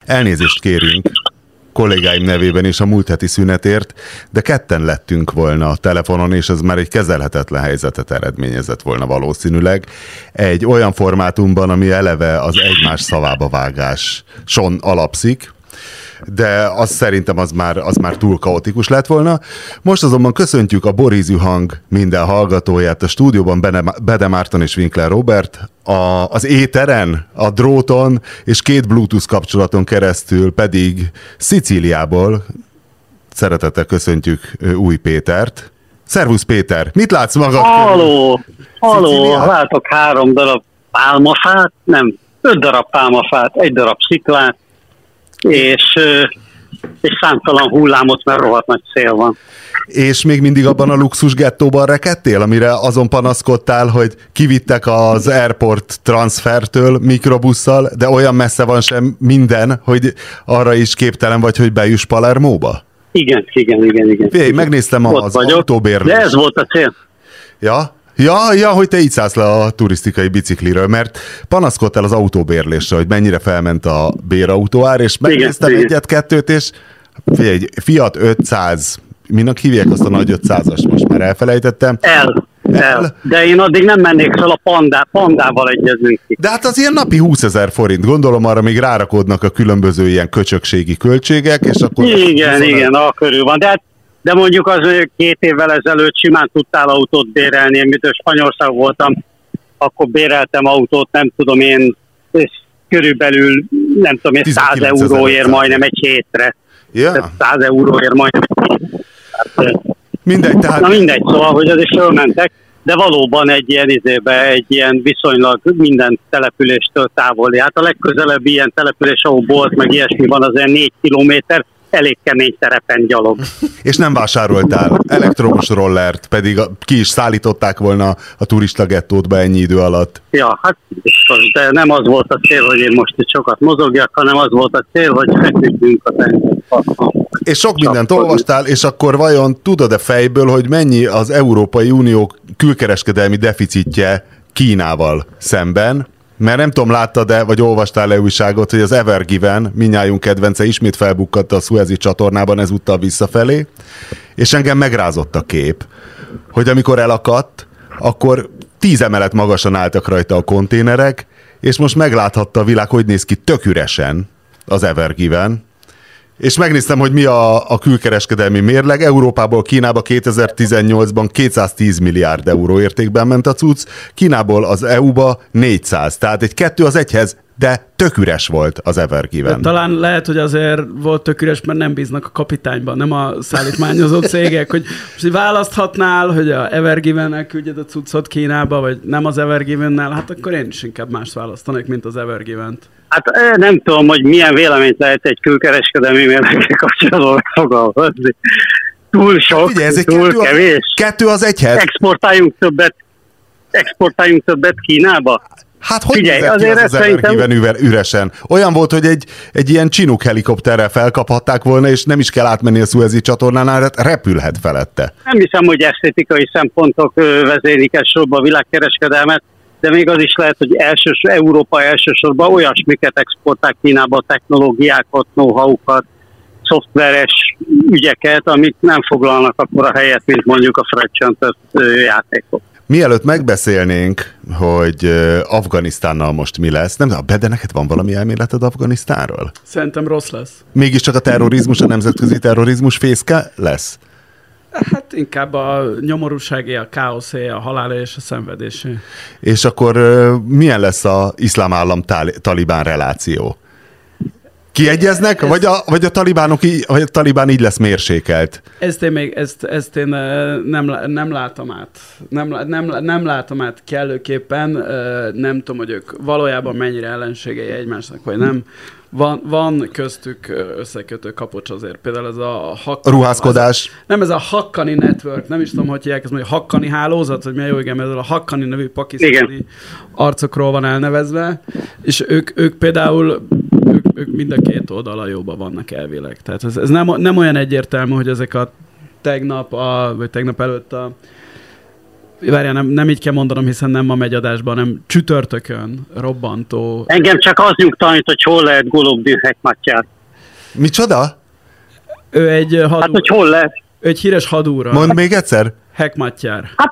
Elnézést kérünk kollégáim nevében is a múlt heti szünetért, de ketten lettünk volna a telefonon, és ez már egy kezelhetetlen helyzetet eredményezett volna valószínűleg. Egy olyan formátumban, ami eleve az egymás szavába vágáson alapszik, de az szerintem az már túl kaotikus lett volna. Most azonban köszöntjük a Borízű Hang minden hallgatóját, a stúdióban Bede Márton és Winkler Robert, az éteren, a dróton és 2 Bluetooth kapcsolaton keresztül pedig Szicíliából szeretettel köszöntjük Új Pétert. Szervusz Péter, mit látsz magad? Halló, látok 3 darab pálmafát, nem, 5 darab pálmafát, 1 darab sziklát, és számtalan hullámot, mert rohadt nagy szél van. És még mindig abban a luxus gettóban rekedtél, amire azon panaszkodtál, hogy kivittek az airport transfertől mikrobusszal, de olyan messze van sem minden, hogy arra is képtelen vagy, hogy bejuss Palermóba? Igen. Figyelj, megnéztem az autóbérlést. De ez volt a cél. Ja, hogy te így szállsz le a turisztikai bicikliről, mert panaszkodtál az autóbérlésre, hogy mennyire felment a bérautóár, és megnéztem egyet-kettőt, és figyelj, Fiat 500, minek hívják azt a nagy 500-as, most már elfelejtettem. El. De én addig nem mennék fel a pandával egyezünk ki. De hát az ilyen napi 20 000 forint, gondolom arra még rárakodnak a különböző ilyen köcsökségi költségek, és akkor... Igen, körül van, de mondjuk az, hogy 2 évvel ezelőtt simán tudtál autót bérelni, én mitől Spanyolország voltam, akkor béreltem autót, nem tudom én, körülbelül, nem tudom én, 100 euróért majdnem egy hétre. Yeah. 100 euróért majdnem egy hétre. Mindegy, tehát... Na mindegy, szóval, hogy az is fölmentek, de valóban egy ilyen viszonylag minden településtől távoli. Hát a legközelebbi ilyen település, ahol bolt, meg ilyesmi van, az olyan 4 kilométer, elég kemény terepen gyalog. És nem vásároltál elektromos rollert, pedig ki is szállították volna a turista gettótba ennyi idő alatt. Ja, hát de nem az volt a cél, hogy én most itt sokat mozogjak, hanem az volt a cél, hogy feküdjünk a tengerparton. És sok mindent olvastál, és akkor vajon tudod-e fejből, hogy mennyi az Európai Unió külkereskedelmi deficitje Kínával szemben? Mert nem tudom, láttad-e, vagy olvastál-e újságot, hogy az Ever Given, mindnyájunk kedvence, ismét felbukkatta a Szuezi csatornában ezúttal visszafelé, és engem megrázott a kép, hogy amikor elakadt, akkor 10 emelet magasan álltak rajta a konténerek, és most megláthatta a világ, hogy néz ki tök üresen az Ever Given. És megnéztem, hogy mi a külkereskedelmi mérleg. Európából Kínába 2018-ban 210 milliárd euró értékben ment a cucc, Kínából az EU-ba 400. Tehát egy 2 az 1-hez, de tök üres volt az Ever Given. Talán lehet, hogy azért volt tök üres, mert nem bíznak a kapitányban, nem a szállítmányozó cégek, hogy most választhatnál, hogy a Ever Given-nel küldjed a cuccot Kínába, vagy nem az Ever Given-nel, hát akkor én is inkább mást választanék, mint az Ever Given-t. Hát nem tudom, hogy milyen véleményt lehet egy külkereskedelmi mérlegkel kapcsolatban megfogalmazni. Túl sok, figyelj, ez túl kevés. 2 az 1-hez. Exportáljunk többet Kínába. Hát hogy nézett ki az Ever Given üresen? Olyan volt, hogy egy ilyen Chinook helikopterrel felkaphatták volna, és nem is kell átmenni a Szuezi csatornánál, hát repülhet felette. Nem hiszem, hogy esztétikai szempontok vezérik elsősorban a világkereskedelmet, de még az is lehet, hogy Európa elsősorban olyasmiket exportál Kínába, technológiákat, know-how-kat, szoftveres ügyeket, amik nem foglalnak akkor a helyet, mint mondjuk a fragmentált játékok. Mielőtt megbeszélnénk, hogy Afganisztánnal most mi lesz, nem tudom, de neked van valami elméleted Afganisztánról? Szerintem rossz lesz. Mégiscsak a terrorizmus, a nemzetközi terrorizmus fészke lesz? Hát inkább a nyomorúságé, a káoszé, a halálé és a szenvedésé. És akkor milyen lesz az iszlám állam talibán reláció? Kiegyeznek, vagy a talibán így lesz mérsékelt? Ezt én nem látom át. Nem látom át kellőképpen. Nem tudom, hogy ők valójában mennyire ellenségei egymásnak, vagy nem. Van köztük összekötő kapocs azért. Például ez a ruházkodás. Ez a Haqqani Network, nem is tudom, hogy hívják, ez mondja Haqqani hálózat, vagy milyen jó, igen, ez a Haqqani nevű pakisztáni arcokról van elnevezve, és ők például ők mind a 2 oldal a jóban vannak elvileg. Tehát ez nem olyan egyértelmű, hogy ezek a tegnap előtt várjál, nem így kell mondanom, hiszen nem ma megy adásban, hanem csütörtökön robbantó. Engem csak az nyugtalanít, hogy hol lehet Golombin Hekmatyár. Micsoda? Ő egy hadúr. Hát, hogy hol lehet? Ő egy híres hadúra. Mondd még egyszer. Hekmatyár. Hát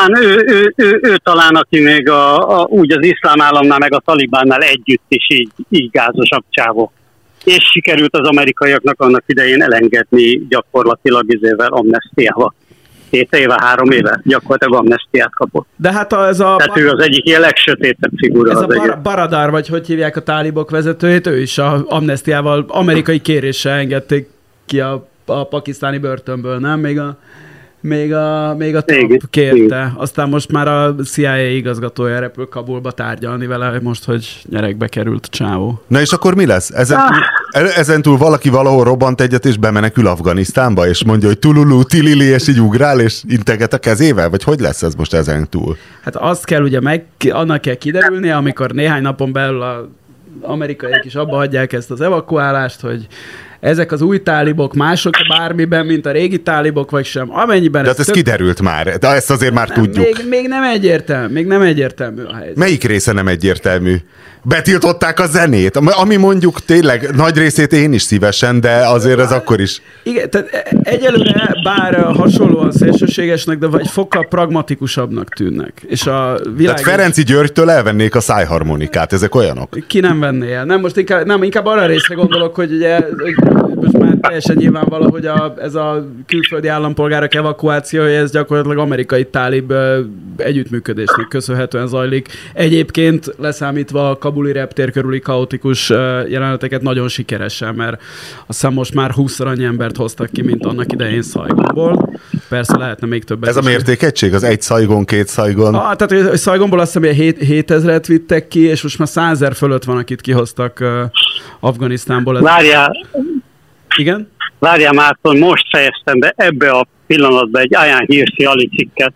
ő talán, aki még úgy az iszlám államnál, meg a talibánnál együtt is így gázosabb csávó. És sikerült az amerikaiaknak annak idején elengedni gyakorlatilag izével, amnestiával. 2 éve, 3 éve gyakorlatilag amnestiát kapott. De hát tehát ő az egyik ilyen legsötétebb figura. Ez a Baradar, vagy hogy hívják a tálibok vezetőjét, ő is a amnestiával amerikai kéréssel engedték ki a pakisztáni börtönből, nem? Még a Trump kérte. Igen. Aztán most már a CIA igazgatója repül Kabulba tárgyalni vele, most, hogy nyerekbe került a csávó. Na és akkor mi lesz? Ezentúl valaki valahol robbant egyet, és bemenekül Afganisztánba, és mondja, hogy tululu, tilili, és így ugrál, és integet a kezével? Vagy hogy lesz ez most ezentúl? Hát azt kell ugye annak kell kiderülni, amikor néhány napon belül az amerikaiak is abba hagyják ezt az evakuálást, hogy ezek az új tálibok mások bármiben, mint a régi tálibok, vagy sem. Amennyiben de ez kiderült már, de ezt azért már tudjuk. Még nem egyértelmű a helyzet. Melyik része nem egyértelmű? Betiltották a zenét, ami mondjuk tényleg nagy részét én is szívesen, de azért ez akkor is. Igen, tehát egyelőre bár hasonlóan szélsőségesnek, de vagy fokkal pragmatikusabbnak tűnnek. És a világ... Tehát Ferenci Györgytől elvennék a szájharmonikát, ezek olyanok? Ki nem venné el. Nem, most inkább arra részre gondolok, hogy ugye most már teljesen nyilvánvaló, hogy ez a külföldi állampolgárok evakuációja, ez gyakorlatilag amerikai tálib együttműködésnek köszönhetően zajlik. Egyébként leszámítva a kabuli reptér körüli kaotikus jeleneteket nagyon sikeresen, mert azt hiszem most már 20-szor annyi embert hoztak ki, mint annak idején Szajgonból. Persze lehetne még többet. Ez a mértékegység? Az 1 Szajgon, 2 Szajgon? Tehát a Szajgonból azt hiszem, hogy 7000-et vittek ki, és most már 100 000 fölött van, akit kihoztak Afganisztánból. Várjál! Igen? Várjál, Márton, most fejeztem be ebbe a pillanatban egy Ayaan Hirsi Ali cikket.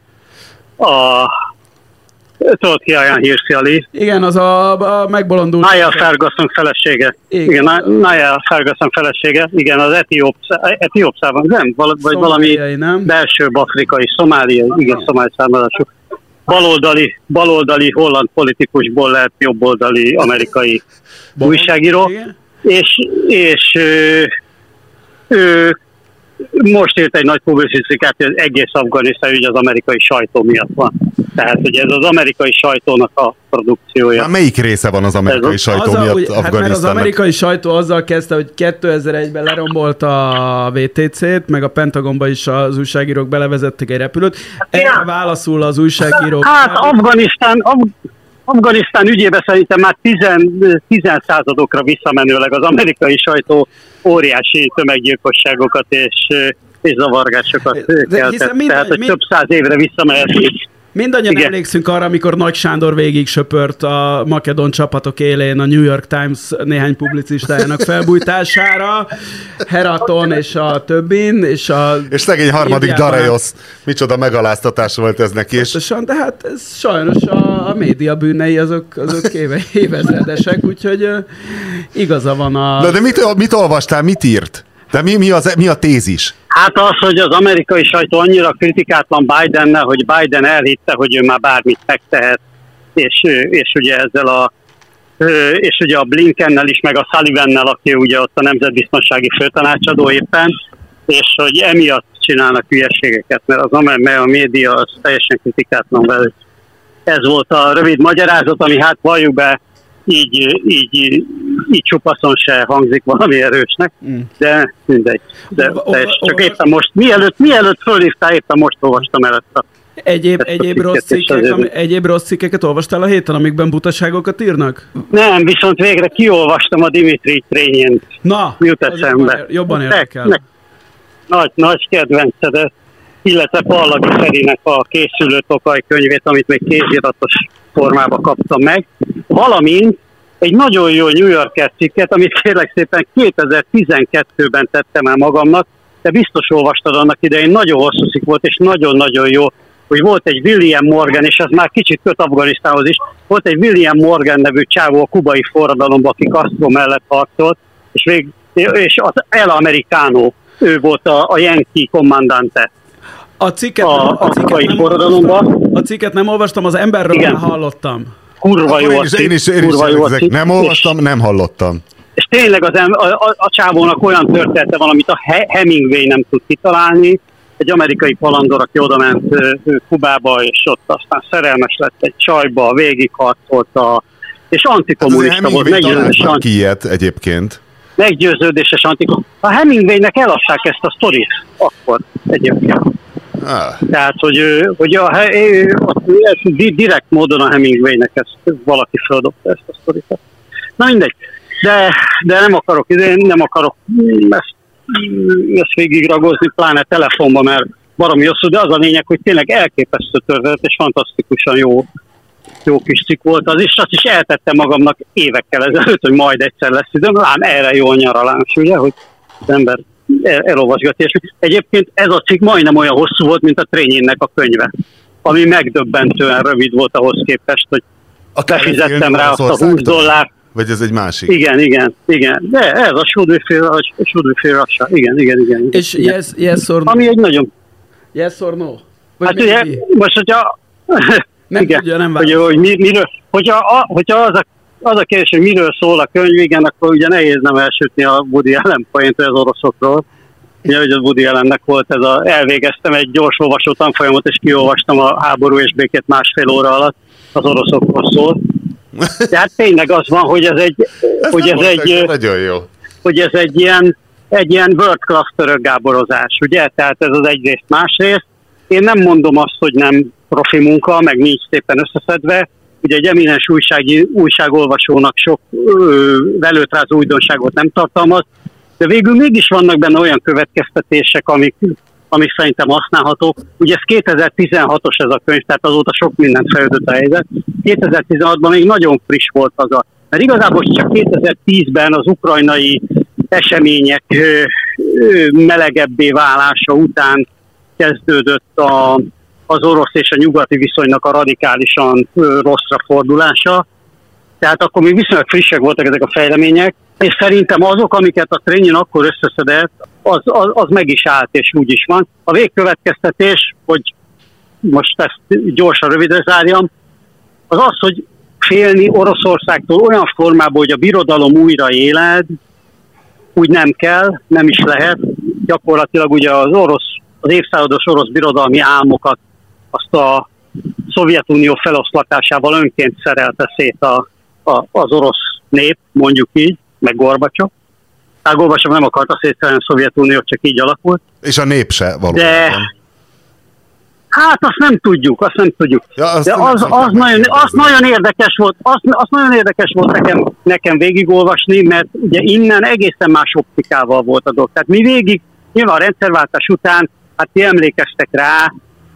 Tudod ki Ayaan Hirsi Ali? Igen, az a megbolondult... Naya Ferguson felesége. Igen, Naya Ferguson felesége. Igen, az Etiópszában, nem? Vagy valami nem? Belső afrikai, szomáliai, igen, szomáli származású. Baloldali holland politikusból lett jobboldali amerikai újságíró. És ő most írt egy nagy publicisztikát, hogy az egész Afganisztán ügy az amerikai sajtó miatt van. Tehát, hogy ez az amerikai sajtónak a produkciója. Már melyik része van az amerikai sajtó miatt Afganisztánnak? Hát mert az amerikai sajtó azzal kezdte, hogy 2001-ben lerombolt a VTC-t, meg a Pentagonba is az újságírók belevezettek egy repülőt. Erre válaszul az újságírók. Hát Afganisztán ügyében szerintem már 10 századokra visszamenőleg az amerikai sajtó óriási tömeggyilkosságokat és zavargásokat keltett. Tehát, hogy több 100 évre visszamehetünk. Mindannyian emlékszünk arra, amikor Nagy Sándor végig söpört a makedón csapatok élén a New York Times néhány publicistájának felbújtására, Heraton és a többin, és szegény harmadik Dareiosz. Micsoda megaláztatás volt ez neki. Pontosan, de hát ez sajnos a média bűnei azok évezredesek, úgyhogy igaza van a... De mit olvastál, mit írt? De mi a tézis? Hát az, hogy az amerikai sajtó annyira kritikátlan Bidennel, hogy Biden elhitte, hogy ő már bármit megtehet, és ugye ezzel és ugye a Blinkennel is, meg a Sullivannel, aki ugye ott a nemzetbiztonsági főtanácsadó éppen, és hogy emiatt csinálnak hülyeségeket, mert a média az teljesen kritikátlan velük. Ez volt a rövid magyarázat, ami hát valljuk be, így csupaszon se hangzik valami erősnek, de mindegy. De csak éppen most, mielőtt fölhívtál, éppen most olvastam el ezt a Egyéb rossz cikkeket olvastál a héten, amikben butaságokat írnak? Nem, viszont végre kiolvastam a Dimitri Trényent. Na, jut eszembe. Jobban érdekel. Nagy kedvenced, illetve Pallagi Ferinek a Készülő Tokaj könyvét, amit még kéziratos formába kaptam meg, valamint egy nagyon jó New Yorker cikket, amit kérlek szépen 2012-ben tettem el magamnak, de biztos olvastad annak idején, nagyon hosszú cikk volt, és nagyon-nagyon jó, hogy volt egy William Morgan, és az már kicsit köt Afganisztánhoz is, volt egy William Morgan nevű csávó a kubai forradalomban, aki Castro mellett harcolt, és az El Americano, ő volt a Yankee kommandante. A cikket kubai forradalomban. A cikket nem olvastam, az emberről Igen. hallottam. Kurva jó Én is nem olvastam, nem hallottam. És tényleg a csávónak olyan története van, amit a Hemingway nem tud kitalálni. Egy amerikai kalandor, aki oda ment Kubába, és ott aztán szerelmes lett egy csajba, végigharcolta, és antikommunista volt. Meggyőződéses antikommunista. A Hemingwaynek eladták ezt a sztorit akkor egyébként. Tehát, hogy direkt módon a Hemingwaynek ezt valaki földobta ezt a sztorit. Na mindegy. De nem akarok ezt végigragozni, pláne telefonban, mert baromi hosszú, de az a lényeg, hogy tényleg elképesztő történet, és fantasztikusan jó kis cikk volt az is. Azt is eltettem magamnak évekkel ezelőtt, hogy majd egyszer lesz időm, lám erre jó a nyaralás, ugye, hogy az ember elolvasgatja. Egyébként ez a cikk majdnem olyan hosszú volt, mint a Trényénnek a könyve, ami megdöbbentően rövid volt ahhoz képest, hogy befizettem rá azt a $20. Vagy ez egy másik? Igen. De ez a Should Russia. Igen. És yes or no? Ami egy nagyon... Yes or no? Hát ugye, most, hogyha... Nem igen, tudja, nem hogy miről, hogyha az a kérdés, hogy miről szól a könyv, igen, akkor ugye nehéz nem elsütni a Woody Allen poént az oroszokról. Ugye, hogy az Woody Allennek volt ez elvégeztem egy gyors olvasó tanfolyamot, és kiolvastam a Háború és békét másfél óra alatt, az oroszokról szól. Tehát tényleg az van, hogy ez egy ilyen world class török gáborozás, ugye? Tehát ez az egyrészt, másrészt. Én nem mondom azt, hogy nem profi munka, meg nincs szépen összeszedve. Ugye egy eminens újságolvasónak sok velőtrázó újdonságot nem tartalmaz, de végül mégis vannak benne olyan következtetések, amik szerintem használhatók. Ugye ez 2016-os ez a könyv, tehát azóta sok mindent fejlődött a helyzet. 2016-ban még nagyon friss volt az mert igazából csak 2010-ben az ukrajnai események melegebbé válása után kezdődött az orosz és a nyugati viszonynak a radikálisan rosszra fordulása. Tehát akkor még viszonylag frissek voltak ezek a fejlemények, és szerintem azok, amiket a Trényin akkor összeszedett, az meg is állt, és úgy is van. A végkövetkeztetés, hogy most ezt gyorsan, rövidre zárjam, az, hogy félni Oroszországtól olyan formában, hogy a birodalom újra éled, úgy nem kell, nem is lehet. Gyakorlatilag ugye az évszázados orosz birodalmi álmokat azt a Szovjetunió feloszlatásával önként szerelte szét az orosz nép, mondjuk így, meg Gorbacsov. Tehát Gorbacsov nem akarta szétszerelni a Szovjetuniót, csak így alakult. És a nép se valóban. De hát azt nem tudjuk. Ja, de az nagyon érdekes volt, azt nagyon érdekes volt nekem végigolvasni, mert ugye innen egészen más optikával volt a dolog. Tehát mi végig, nyilván a rendszerváltás után, hát ti emlékeztek rá,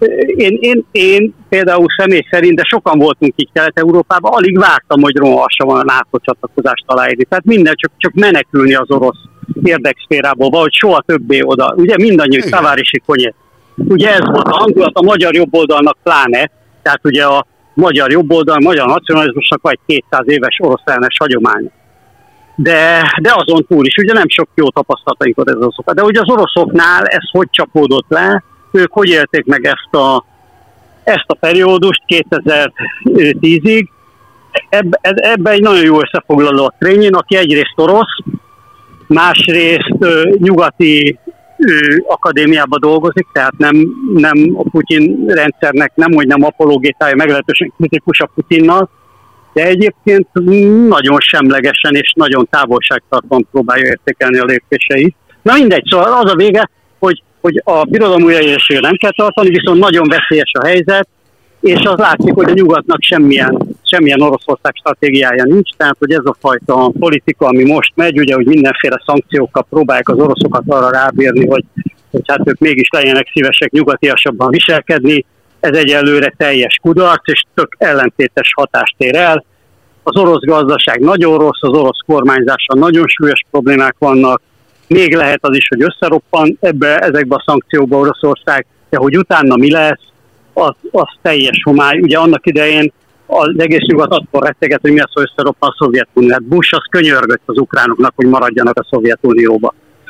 én például személy szerint, de sokan voltunk így Kelet-Európában, alig vártam, hogy rohanhassa van a NATO csatlakozást aláírni. Tehát minden csak menekülni az orosz érdekszférából, vagy soha többé oda. Ugye mindannyiuk Tavárisi Konyet. Ugye ez volt a hangulat, a magyar jobboldalnak pláne, tehát ugye a magyar jobboldal, a magyar nacionalizmusnak vagy 200 éves orosz ellenes hagyomány. De azon túl is, ugye nem sok jó tapasztalataink volt ez az oroszokat. De ugye az oroszoknál ez hogy csapódott le, ők hogy élték meg ezt a periódust 2010-ig. Ebben egy nagyon jó összefoglaló a Trényin, aki egyrészt orosz, másrészt nyugati akadémiában dolgozik, tehát nem a Putyin rendszernek, nem apologétája, meglehetősen kritikus a Putyinnal, de egyébként nagyon semlegesen és nagyon távolságtartóan próbálja értékelni a lépéseit. Na mindegy, szóval az a vége, hogy a birodalom újraélésére nem kell tartani, viszont nagyon veszélyes a helyzet, és az látszik, hogy a nyugatnak semmilyen Oroszország stratégiája nincs, tehát hogy ez a fajta politika, ami most megy, ugye, hogy mindenféle szankciókkal próbálják az oroszokat arra rábírni, hogy hát ők mégis legyenek szívesek nyugatiasabban viselkedni, ez egyelőre teljes kudarc, és tök ellentétes hatást ér el. Az orosz gazdaság nagyon rossz, az orosz kormányzással nagyon súlyos problémák vannak, még lehet az is, hogy összeroppan ezekbe a szankciókba Oroszország, de hogy utána mi lesz, az teljes homály. Ugye annak idején az egész nyugat attól retteget, hogy mi az, hogy összeroppan a Szovjetunió. Hát Bush az könyörgött az ukránoknak, hogy maradjanak a Szovjetunióba.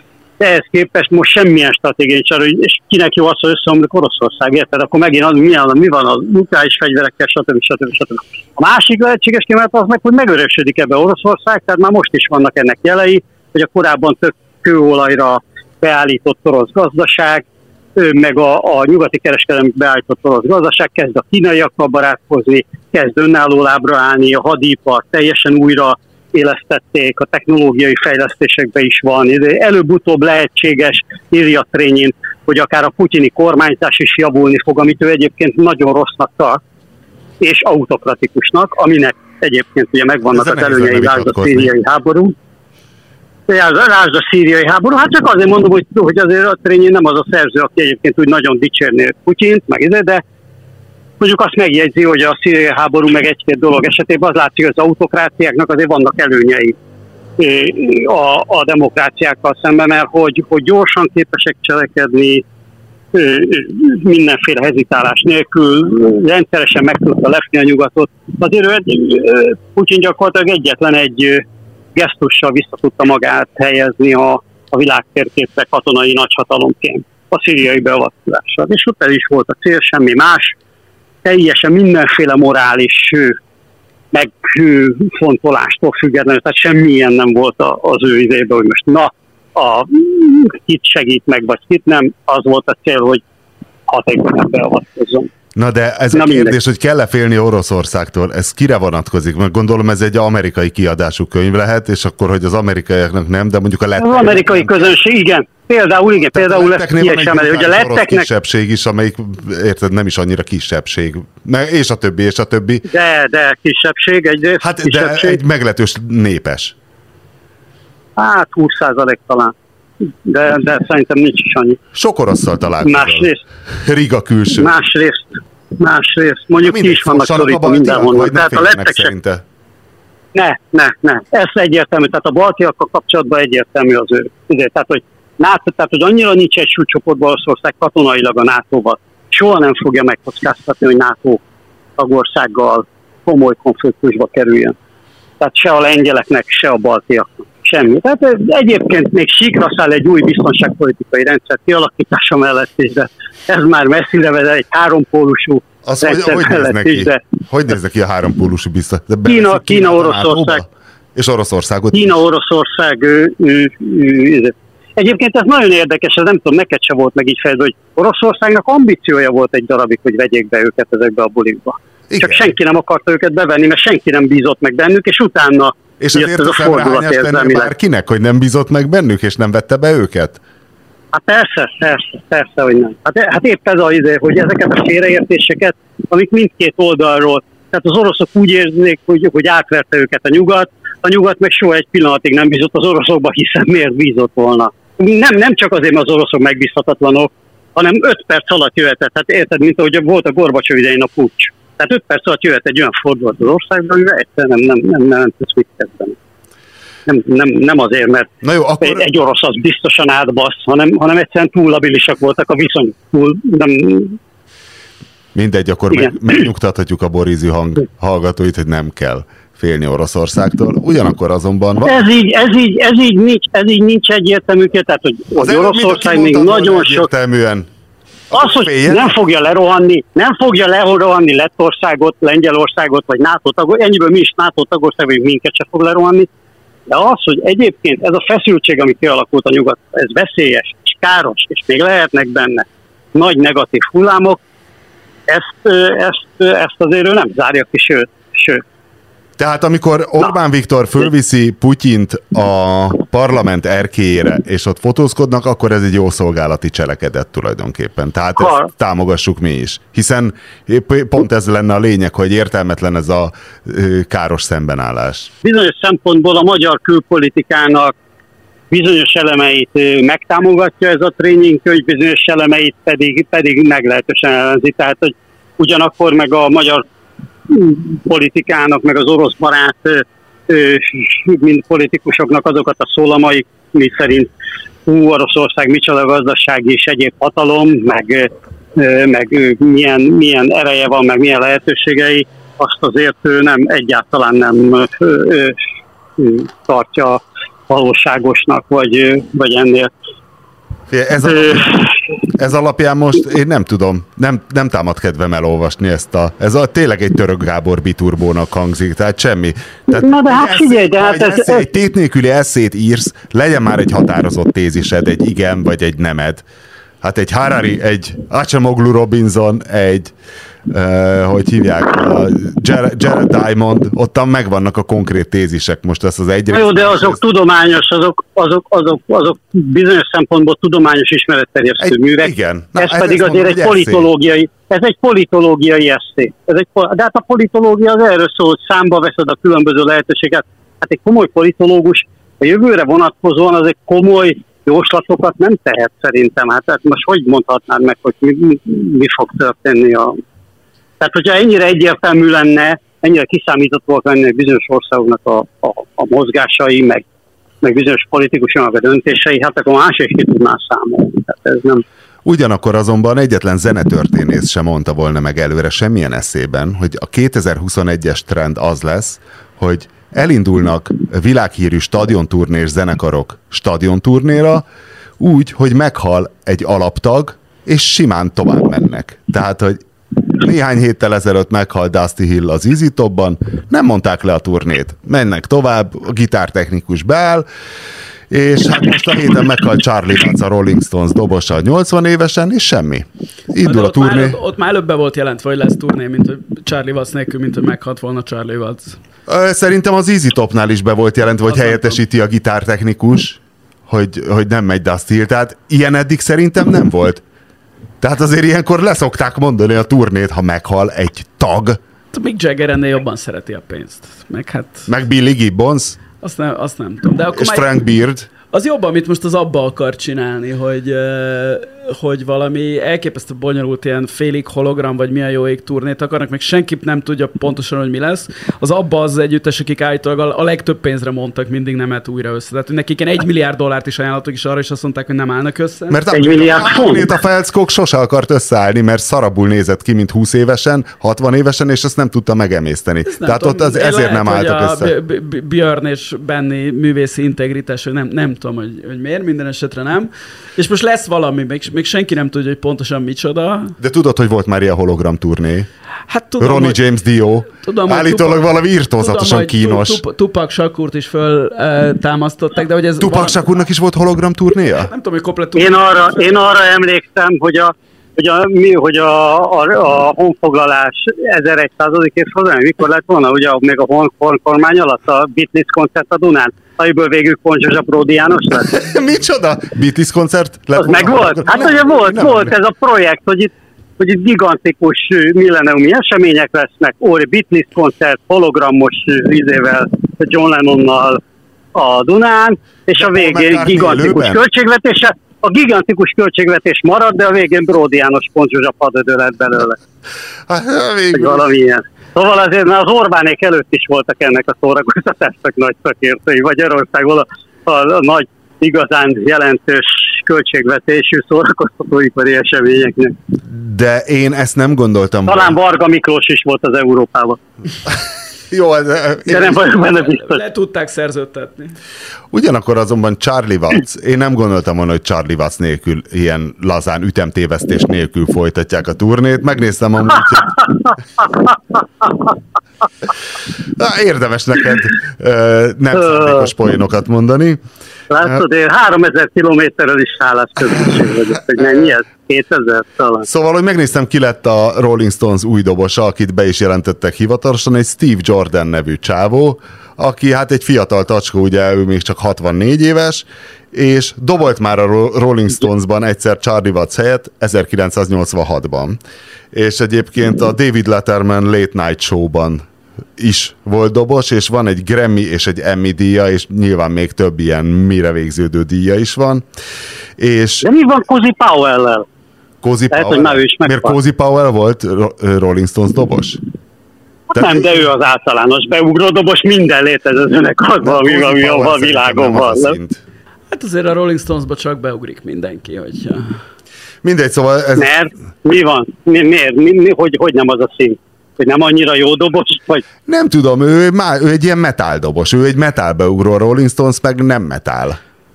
de ehhez képest most semmilyen stratégia nincs arra, és kinek jó az, hogy összeomlik Oroszország, érted? Akkor megint az, mi van az nukleáris fegyverekkel, stb. A másik lehetséges kimenet az meg, hogy megörösödik ebbe Oroszország, tehát már most is vannak ennek jelei, hogy a korábban több kőolajra beállított orosz gazdaság, meg a nyugati kereskedelmi beállított orosz gazdaság kezd a kínaiakkal barátkozni, kezd önálló lábra állni, a hadipar teljesen újra élesztették, a technológiai fejlesztésekben is van. Előbb-utóbb lehetséges, írja Trényin, hogy akár a putyini kormányzás is javulni fog, amit ő egyébként nagyon rossznak tart, és autokratikusnak, aminek egyébként ugye megvannak az előnyei, lásd a szíriai háború. Lásd a szíriai háború, hát csak azért mondom, hogy azért a Trényin nem az a szerző, aki egyébként úgy nagyon dicsérné Putyint, de mondjuk azt megjegyzi, hogy a szíriai háború meg egy-két dolog esetében az látszik, hogy az autokráciáknak azért vannak előnyei a demokráciákkal szemben, mert hogy gyorsan képesek cselekedni, mindenféle hezitálás nélkül, rendszeresen meg tudta lepni a nyugatot. Azért Putyin gyakorlatilag egyetlen egy gesztussal vissza tudta magát helyezni a világtérképre katonai nagyhatalomként, a szíriai beavatkozással. És ott el is volt a cél, semmi más, teljesen mindenféle morális megfontolástól függetlenül, tehát semmilyen nem volt az ő idejében, hogy most kit segít meg, vagy kit nem, az volt a cél, hogy hatékonyan beavatkozzon. Na de ez a kérdés, hogy kell-e félni Oroszországtól, ez kire vonatkozik? Mert gondolom ez egy amerikai kiadású könyv lehet, és akkor, hogy az amerikaiaknak nem, de mondjuk a letteknek. Az amerikai közönség, igen. Például ezt kiesemeli, hogy a letteknek... kisebbség is, amelyik, érted, nem is annyira kisebbség. És a többi. De kisebbség egyrészt. Hát kisebbség. De egy meglehetős népes. Hát 20% talán. De szerintem nincs is annyi. Sok orosszal találkozol. Másrészt. Riga külső. Másrészt. Mondjuk ki is vannak szorítva mindenhonnan. Tehát a lettek szerinte. Ne. Ez egyértelmű. Tehát a baltiakkal kapcsolatban egyértelmű az ő. Tehát, hogy annyira nincs egy súlycsoportban Oroszország katonailag a NATO-val. Soha nem fogja megkockáztatni, hogy NATO tagországgal komoly konfliktusba kerüljön. Tehát se a lengyeleknek, se a baltiaknak. Semmi. Tehát egyébként még síkra száll egy új biztonságpolitikai rendszer kialakítása mellett is, de ez már messzire vezet egy hárompólusú rendszer mellett is. Hogy néz neki a hárompólusú biztonság? Kína, Oroszország. És Oroszországot Kína, Oroszország. Egyébként ez nagyon érdekes, ez nem tudom, neked se volt meg így fejlődő, hogy Oroszországnak ambíciója volt egy darabig, hogy vegyék be őket ezekbe a bulikba. Csak senki nem akarta őket bevenni, mert senki nem bízott meg bennük, és utána és ezért a fordulat érzelmileg. Bárkinek, hogy nem bízott meg bennük, és nem vette be őket? Hát persze, hogy nem. Hát épp ez az idő, hogy ezeket a félreértéseket, amik mindkét oldalról, tehát az oroszok úgy érzik, hogy átverte őket a nyugat meg soha egy pillanatig nem bízott az oroszokba, hiszen miért bízott volna. Nem csak azért, mert az oroszok megbízhatatlanok, hanem 5 perc alatt jöhetett. Hát érted, mint ahogy volt a Gorbacsov idején a puccs. Tehát 5 perc alatt jöhet egy olyan fordulat az országban, amivel egyszerűen nem tudsz mit kezdeni. Nem azért, mert jó, akkor... egy orosz az biztosan átbasz, hanem egyszerűen túl labilisak voltak a viszonyok. Mindegy, akkor megnyugtathatjuk a Borízi hallgatóit, hogy nem kell félni Oroszországtól. Ugyanakkor azonban van... Ez így nincs egyértelmű, tehát hogy Oroszország még nagyon sok... Az, hogy nem fogja lerohanni Lettországot, Lengyelországot, vagy NATO tagországot, ennyiből mi is NATO tagország, vagy minket se fog lerohanni, de az, hogy egyébként ez a feszültség, ami kialakult a nyugat, ez veszélyes, és káros, és még lehetnek benne nagy negatív hullámok, ezt azért ő nem zárja ki, sőt. Tehát amikor Orbán Viktor fölviszi Putyint a parlament erkélyére, és ott fotózkodnak, akkor ez egy jó szolgálati cselekedet tulajdonképpen. Tehát ezt támogassuk mi is. Hiszen pont ez lenne a lényeg, hogy értelmetlen ez a káros szembenállás. Bizonyos szempontból a magyar külpolitikának bizonyos elemeit megtámogatja ez a tréningkönyv, bizonyos elemeit pedig meglehetősen ellenzi. Tehát, hogy ugyanakkor meg a magyar politikának, meg az orosz barát mind politikusoknak azokat a szólamai, mi szerint Oroszország micsoda gazdasági és egyéb hatalom, meg milyen ereje van, meg milyen lehetőségei, azt azért nem egyáltalán nem tartja valóságosnak, vagy ennél Ez alapján most én nem tudom, nem támad kedvem elolvasni ez tényleg egy Török Gábor biturbónak hangzik, tehát semmi. Tehát na de hát figyelj, de hát egy tét nélküli esszét írsz, legyen már egy határozott tézised, egy igen vagy egy nemed. Hát egy Harari, egy Acemoglu Robinson, egy hogy hívják, Jared Diamond, ottan megvannak a konkrét tézisek, most ezt az egyre. Jó, de azok tudományos, azok bizonyos szempontból tudományos ismeretterjesztő művek. Igen. Na, ez pedig azért egy politológiai esszé. De hát a politológia az erről szól, hogy számba veszed a különböző lehetőséget. Hát egy komoly politológus a jövőre vonatkozóan az egy komoly jóslatokat nem tehet szerintem. Hát most hogy mondhatnád meg, hogy mi fog történni Tehát, hogyha ennyire egyértelmű lenne, ennyire kiszámíthatóak lennének bizonyos országoknak a mozgásai, meg bizonyos politikusoknak a döntései, hát akkor más is ki tudná számolni. Tehát ez nem... Ugyanakkor azonban egyetlen zenetörténész sem mondta volna meg előre semmilyen eszében, hogy a 2021-es trend az lesz, hogy elindulnak világhírű stadionturnés zenekarok stadionturnéra, úgy, hogy meghal egy alaptag, és simán tovább mennek. Tehát, hogy néhány héttel ezelőtt meghalt Dusty Hill az Easy Topban, nem mondták le a turnét. Mennek tovább, a gitártechnikus beáll, és hát most a héten meghalt Charlie Watts, a Rolling Stones dobosa 80 évesen, és semmi. Indul a turné. Ott már előbb be volt jelentve, hogy lesz turné, mint hogy Charlie Watts nélkül, mint hogy meghalt volna Charlie Watts. Szerintem az Easy Topnál is be volt jelentve, hogy helyettesíti a gitártechnikus, hogy nem megy Dusty Hill. Tehát ilyen eddig szerintem nem volt. Tehát azért ilyenkor leszokták mondani a turnét, ha meghal egy tag. Mick Jagger ennél jobban szereti a pénzt. Meg Billy Gibbons. Azt nem tudom. De akkor és Frank Beard. Az jobb, amit most az Abba akar csinálni, hogy valami elképesztő bonyolult ilyen félig hologram, vagy milyen jó ég turnét akarnak, meg senki nem tudja pontosan, hogy mi lesz. Az Abba az együttes, akik állítólag a legtöbb pénzre mondtak mindig nemet újra össze. Tehát nekik ilyen $1 milliárd is ajánlottak, és arra is azt mondták, hogy nem állnak össze. Mert a Felckók sose akart összeállni, mert szarabul nézett ki, mint 20 évesen, 60 évesen, és azt nem tudta megemészteni. Tehát ott ezért nem álltak össze. Björn és Benny művészi integritás, hogy nem tudom, hogy miért, minden esetre nem. És most lesz valami, még senki nem tudja, hogy pontosan micsoda. De tudod, hogy volt már ilyen hologram turné? Hát tudom, Ronnie James Dio. Állítólag valami irtózatosan kínos. Tupac Shakurt is föltámasztották, de hogy ez... Tupac Shakurnak is volt hologram turnéja? Nem tudom, hogy komplet... Én arra emlékszem, hogy a honfoglalás 1100. évfordulója, mikor lett volna, ugye még a honkormány alatt a Beatles koncert a Dunán, amiből végül Pont Zsuzsa Pródi János lett. Micsoda? Beatles koncert lett? Az meg volt? Hát ugye volt ez a projekt, hogy itt gigantikus milleniumi események lesznek, Beatles koncert, hologramos izével, John Lennonnal a Dunán, és a végén gigantikus költségvetése. A gigantikus költségvetés marad, de a végén Bródi János Pont Zsuzsa padödő lett belőle. Valami ilyen. Szóval azért az Orbánék előtt is voltak ennek a szórakoztatásnak nagy szakértői. Magyarországon a nagy, igazán jelentős költségvetésű szórakoztatóipari eseményeknek. De én ezt nem gondoltam. Talán Varga Miklós is volt az Európában. Jó, de nem vagyok benne biztos. Le tudták szerződtetni. Ugyanakkor azonban Charlie Watts, én nem gondoltam volna, hogy Charlie Watts nélkül, ilyen lazán ütemtévesztés nélkül folytatják a turnét. Megnéztem amúgy, érdemes neked nem szándékos poénokat mondani. Látszod, én 3000 kilométerrel is szállás közösség vagyok, hogy mennyi ez? 2000 talán. Szóval, hogy megnéztem, ki lett a Rolling Stones új dobosa, akit be is jelentettek hivatalosan, egy Steve Jordan nevű csávó, aki hát egy fiatal tacskó, ugye ő még csak 64 éves, és dobolt már a Rolling Stonesban egyszer Charlie Watts helyett 1986-ban. És egyébként a David Letterman Late Night Show-ban is volt dobos, és van egy Grammy és egy Emmy díja, és nyilván még több ilyen mire végződő díja is van. És de mi van Cozy Powell-lel? Cozy Powell? Miért Cozy Powell volt Rolling Stones dobos? Nem, de ő az általános beugró dobos, minden létező zenekarban, ami a világon van. Hát azért a Rolling Stonesba csak beugrik mindenki, hogyha... Mindegy, szóval... Ez... Mert mi van? Miért? Hogy nem az a szín? Hogy nem annyira jó dobos? Vagy? Nem tudom, ő egy ilyen metal dobos. Ő egy metal beugró, a Rolling Stones meg nem metal.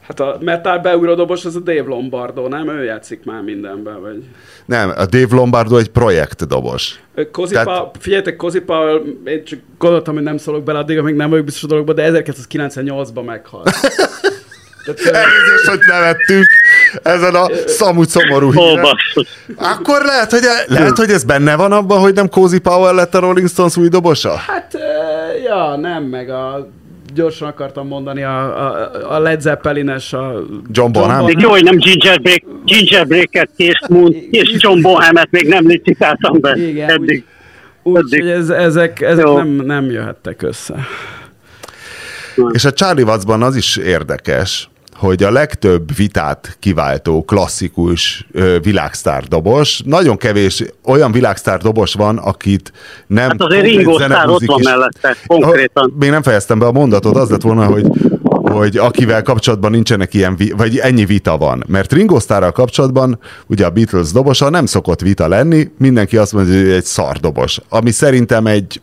Hát a metal beugródobos az a Dave Lombardo, nem? Ő játszik már mindenben, vagy... Nem, a Dave Lombardo egy projektdobos. Figyeljetek, Cozy Powell, én csak gondoltam, hogy nem szólok bele addig, amíg nem vagyok biztos a dologban, de 1998-ban meghalt. Elnézést, hogy nevettünk ezen a szomorú híren. Akkor lehet, hogy ez benne van abban, hogy nem Cozy Powell lett a Rolling Stones új dobosa? Hát, nem, meg gyorsan akartam mondani a Led Zeppelin-es a John Bonham. Még jó, hogy nem Ginger Breaker, Keith Moon és John Bonhamet még nem licitáltam be. Igen, eddig. Úgyhogy ezek nem jöhettek össze. És a Charlie Wattsban az is érdekes, hogy a legtöbb vitát kiváltó klasszikus világsztár dobos, nagyon kevés olyan világsztár dobos van, akit nem... Hát azért Ringo Starr ott van mellette, konkrétan. Még nem fejeztem be a mondatot, az lett volna, hogy akivel kapcsolatban nincsenek ilyen, vagy ennyi vita van. Mert Ringo Starrral kapcsolatban, ugye a Beatles dobosa nem szokott vita lenni, mindenki azt mondja, hogy egy szardobos, ami szerintem egy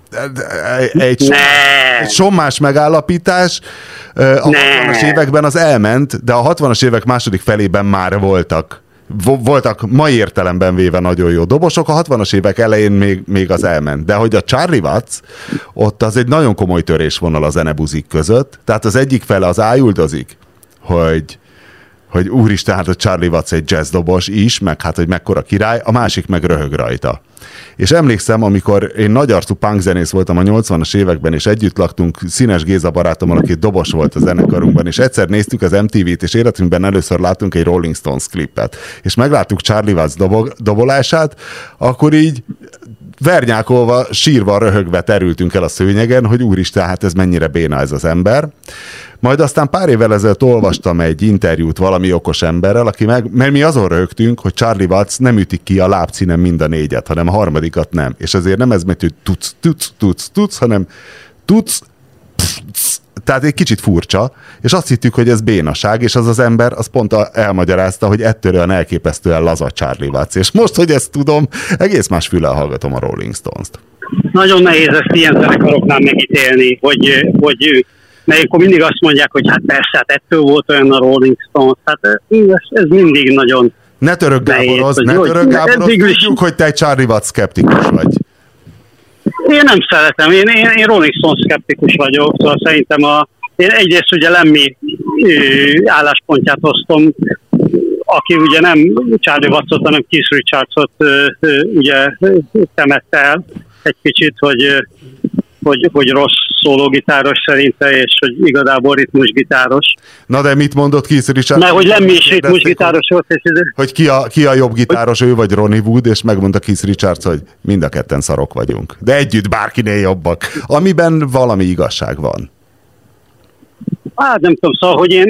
sommás megállapítás. A 60-as években az elment, de a 60-as évek második felében már voltak mai értelemben véve nagyon jó dobosok, a 60-as évek elején még az elment. De hogy a Charlie Watts, ott az egy nagyon komoly törésvonal a zenebuzik között, tehát az egyik fele az ájuldozik, hogy úristen, hát a Charlie Watts egy jazzdobos is, meg hát, hogy mekkora király, a másik meg röhög rajta. És emlékszem, amikor én nagyarcú punkzenész voltam a 80-as években, és együtt laktunk Színes Géza barátommal, aki dobos volt a zenekarunkban, és egyszer néztük az MTV-t, és életünkben először láttunk egy Rolling Stones klipet, és megláttuk Charlie Watts dobolását, akkor így vernyákolva, sírva, röhögve terültünk el a szőnyegen, hogy úristen, hát ez mennyire béna ez az ember. Majd aztán pár évvel ezelőtt olvastam egy interjút valami okos emberrel, mert mi azon röhögtünk, hogy Charlie Watts nem ütik ki a lábcínen mind a négyet, hanem a harmadikat nem. És azért nem ez megy, hogy tuc, hanem tuc, tehát egy kicsit furcsa, és azt hittük, hogy ez bénaság, és az ember az pont elmagyarázta, hogy ettől olyan elképesztően laza Charlie Watts. És most, hogy ezt tudom, egész más füllel hallgatom a Rolling Stones-t. Nagyon nehéz ezt ilyen zenekaroknál megítélni, hogy mert akkor mindig azt mondják, hogy hát persze, hát ettől volt olyan a Rolling Stones. Hát ez mindig nagyon Ne török Gáboroz, tudjuk, hogy te egy Charlie Watts szkeptikus vagy. Én nem szeretem, én Rolling Stones szkeptikus vagyok, szóval szerintem én egyrészt ugye Lemmy álláspontját hoztam, aki ugye nem Charlie Wattsot, hanem Keith Richardsot ugye temette el egy kicsit, hogy rossz szólógitáros szerinte, és hogy igazából ritmusgitáros. Na de mit mondott Keith Richards? Mert hogy Lemmy is ritmusgitáros volt. Hogy ki a jobb gitáros, ő vagy Ronnie Wood, és megmondta Keith Richards, hogy mind a ketten szarok vagyunk. De együtt bárkinél jobbak. Amiben valami igazság van. Hát nem tudom, szóval, hogy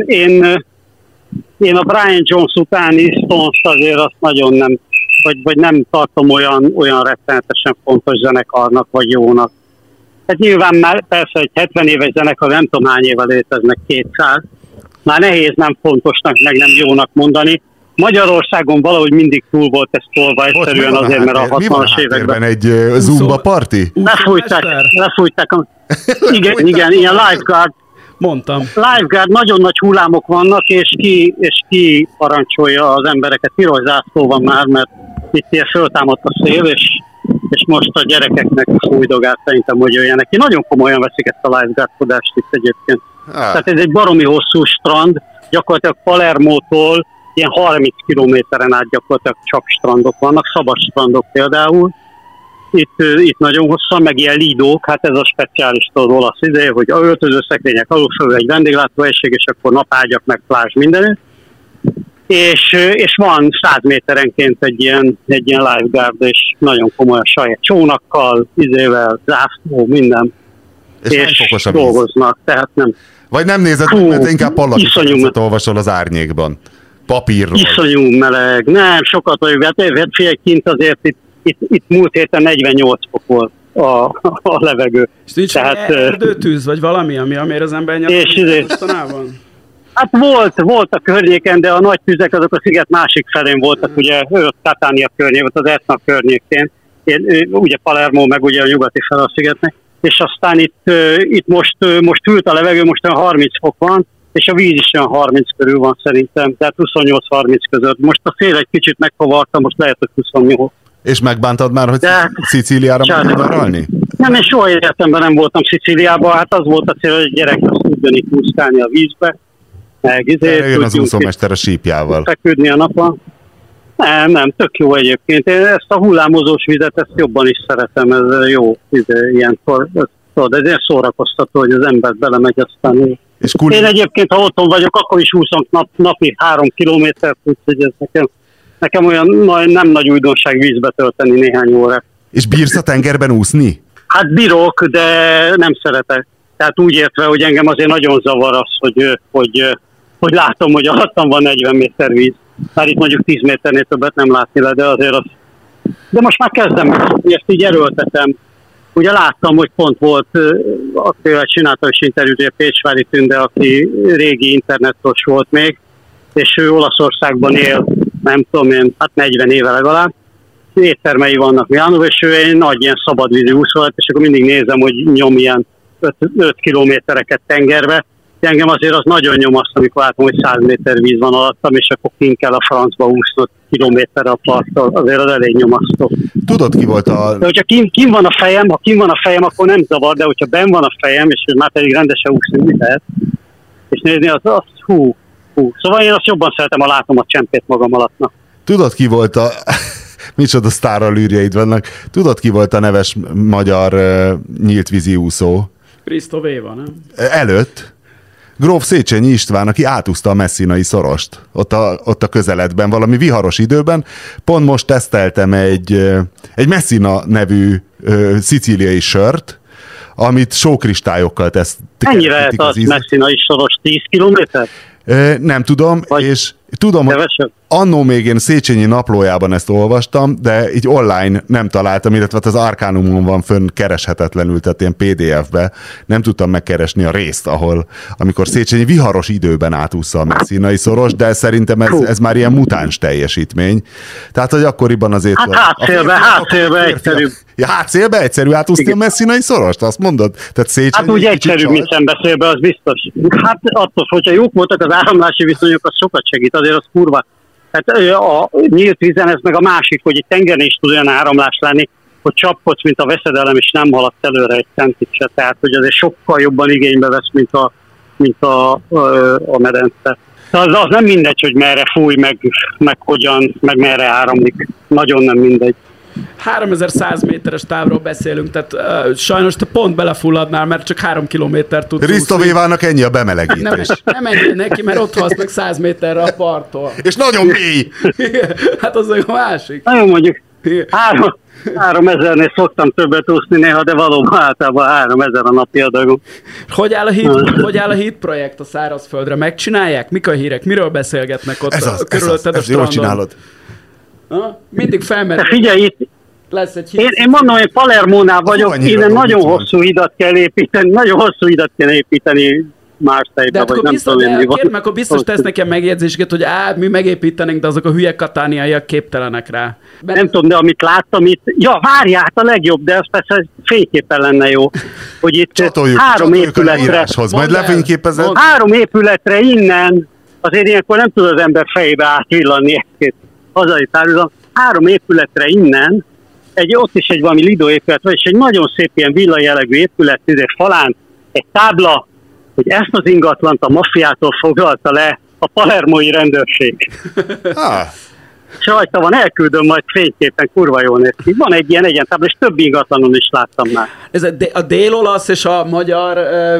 én a Brian Jones utáni Stones azért azt nagyon nem, vagy nem tartom olyan rettenetesen fontos zenekarnak, vagy jónak. Hát nyilván már persze egy 70 éves zenekar, nem tudom hány éve léteznek, 200. Már nehéz nem fontosnak, meg nem jónak mondani. Magyarországon valahogy mindig túl volt ez tolva egyszerűen azért, mert a 60-as években... egy zumba party? Lefújták. Igen, ilyen lifeguard. Mondtam. Lifeguard, nagyon nagy hullámok vannak, és ki parancsolja az embereket. Piros zászló van már, mert itt ilyen föltámadt a szél, és most a gyerekeknek fújdogál szerintem, hogy jöjjenek ki. Nagyon komolyan veszik ezt a lifeguardkodást itt egyébként. Tehát ez egy baromi hosszú strand, gyakorlatilag Palermótól ilyen 30 kilométeren át gyakorlatilag csak strandok vannak, szabad strandok például. Itt nagyon hosszan, meg ilyen lidók, hát ez a speciális olasz ide, hogy a öltözőszekrények alul föl egy vendéglátóhelység, és akkor napágyak, meg plázs mindenütt. És van 100 méterenként egy ilyen lifeguard, és nagyon komoly a saját csónakkal, zászló, minden. És dolgoznak, tehát nem. Vagy nem nézed, mert inkább pallakit olvasol az árnyékban. Papírról. Iszonyú meleg. Nem, sokat vagyok. Hát figyelj, kint azért itt múlt héten 48 fok volt a levegő. És nincs erdőtűz, vagy valami, amiért az ember nyilván mostanában? Hát volt a környéken, de a nagy tüzek azok a sziget másik felén voltak, ugye Catania környékén, az Etna környékén, ugye Palermo, meg ugye a nyugati fel a szigetnek, és aztán itt most hűlt a levegő, most 30 fok van, és a víz is olyan 30 körül van szerintem, tehát 28-30 között. Most a szél egy kicsit megkavarta, most lehet, hogy 28. És megbántad már, hogy De Szicíliára menj nyaralni? Nem, én soha életemben nem voltam Szicíliában, hát az volt a cél, hogy a gyerek azt tudjon úszkálni a vízbe. Jön az úszómester a sípjával. Feküdni a napon. Nem, tök jó egyébként. Én ezt a hullámozós vizet, ezt jobban is szeretem, ez jó, ilyenkor. Ez ilyen szórakoztató, hogy az ember belemegy, aztán és én egyébként, ha otthon vagyok, akkor is úszom napi 3 kilométert, úgyhogy ez nekem olyan nem nagy újdonság vízbe tölteni néhány órát. És bírsz a tengerben úszni? Hát bírok, de nem szeretek. Tehát úgy értve, hogy engem azért nagyon zavar az, hogy látom, hogy alattam van 40 méter víz. Már itt mondjuk 10 méternél többet nem látni le, de azért az... De most már kezdem megszokni, ezt így erőltetem. Ugye láttam, hogy pont volt, akivel csináltam is interjút, a Pécsvári Tünde, aki régi internetos volt még, és ő Olaszországban él, nem tudom én, hát 40 éve legalább. Éttermei vannak Milánóban, és ő egy nagy ilyen szabadvízi úszó, és akkor mindig nézem, hogy nyom ilyen 5 kilométereket tengerbe. De engem azért az nagyon nyomaszt, amikor látom, hogy 100 méter víz van alattam, és akkor kint kell a francba úsznod kilométerre a parttól. Azért az elég nyomasztó. Tudod, ki volt a... De hogyha kim van a fejem, ha kim van a fejem, akkor nem zavar, de hogyha benn van a fejem, és már pedig rendesen úszni lehet, és nézni, az hú. Szóval én azt jobban szeretem, ha látom a csempét magam alattnak. Tudod, ki volt a... Micsoda sztárralűrjeid vannak. Tudod, ki volt a neves magyar nyíltvízi úszó? Krisztó Véva, nem? Előtt. Gróf Széchenyi István, aki átúszta a messzinai szorost. Ott a közeledben, valami viharos időben. Pont most teszteltem egy Messina nevű szicíliai sört, amit sókristályokkal teszteltek. Ennyire lehet az messzinai soros 10 kilométer? Nem tudom, és tudom, hogy annó még én Széchenyi naplójában ezt olvastam, de így online nem találtam, illetve az Arcanumon van fönn kereshetetlenül, tehát ilyen PDF-be. Nem tudtam megkeresni a részt, amikor Széchenyi viharos időben átúszza a messzinai szoros, de szerintem ez már ilyen mutáns teljesítmény. Tehát, hogy akkoriban azért... Hátszélbe egyszerűbb. Ja, hátszélbe egyszerű átúszni a messzinai szorost, azt mondod? Tehát Széchenyi hát úgy egyszerűbb, mint szembeszélbe, az biztos. Hát attól, hogyha jók voltak az áramlási viszonyok, az sokat segít, azért az kurva. Hát a nyílt vízen ez meg a másik, hogy egy tengeren is tud olyan áramlás lenni, hogy csapkodsz, mint a veszedelem, és nem haladsz előre egy centit se. Tehát, hogy azért sokkal jobban igénybe vesz, mint a medence. Az nem mindegy, hogy merre fúj, meg hogyan, meg merre áramlik. Nagyon nem mindegy. 3100 méteres távról beszélünk, tehát sajnos te pont belefulladnál, mert csak 3 kilométer tudsz Risto Vévának ennyi a bemelegítés. Nem ennyi neki, mert ott halsz meg 100 méterre a parttól. És nagyon mély! Hát az a másik. Nagyon mondjuk 3000-nél szoktam többet úszni néha, de valóban általában 3000 a napi adagom. Hogy áll a híd projekt a szárazföldre? Megcsinálják? Mik a hírek? Miről beszélgetnek ott körülötted a strandon? Jól csinálod. Mindig felmerül. Figyelj, itt lesz egy én mondom, hogy Palermónál vagyok, innen nagyon hosszú hidat kell építeni, más helyben, vagy nem tudom én mi van. Kérem, akkor biztos tesz nekem megjegyzéseket, hogy mi megépítenénk, de azok a hülye katániaiak képtelenek rá. Nem tudom, de amit láttam itt, várjál, hát a legjobb, de ez persze fényképpen lenne jó, hogy itt három épületre, majd lefényképezed. 3 épületre innen, azért ilyenkor nem tud az ember fejébe átvillanni egy-két hazai tárgyalom, 3 épületre innen, ott is egy valami Lido épület, és egy nagyon szép ilyen villajellegű épület, egy falán, egy tábla, hogy ezt az ingatlant a maffiától foglalta le a palermói rendőrség. És rajta van, elküldöm majd fényképen, kurva jól néz ki. Van egy ilyen tábla, és több ingatlanon is láttam már. Ez a dél-olasz és a magyar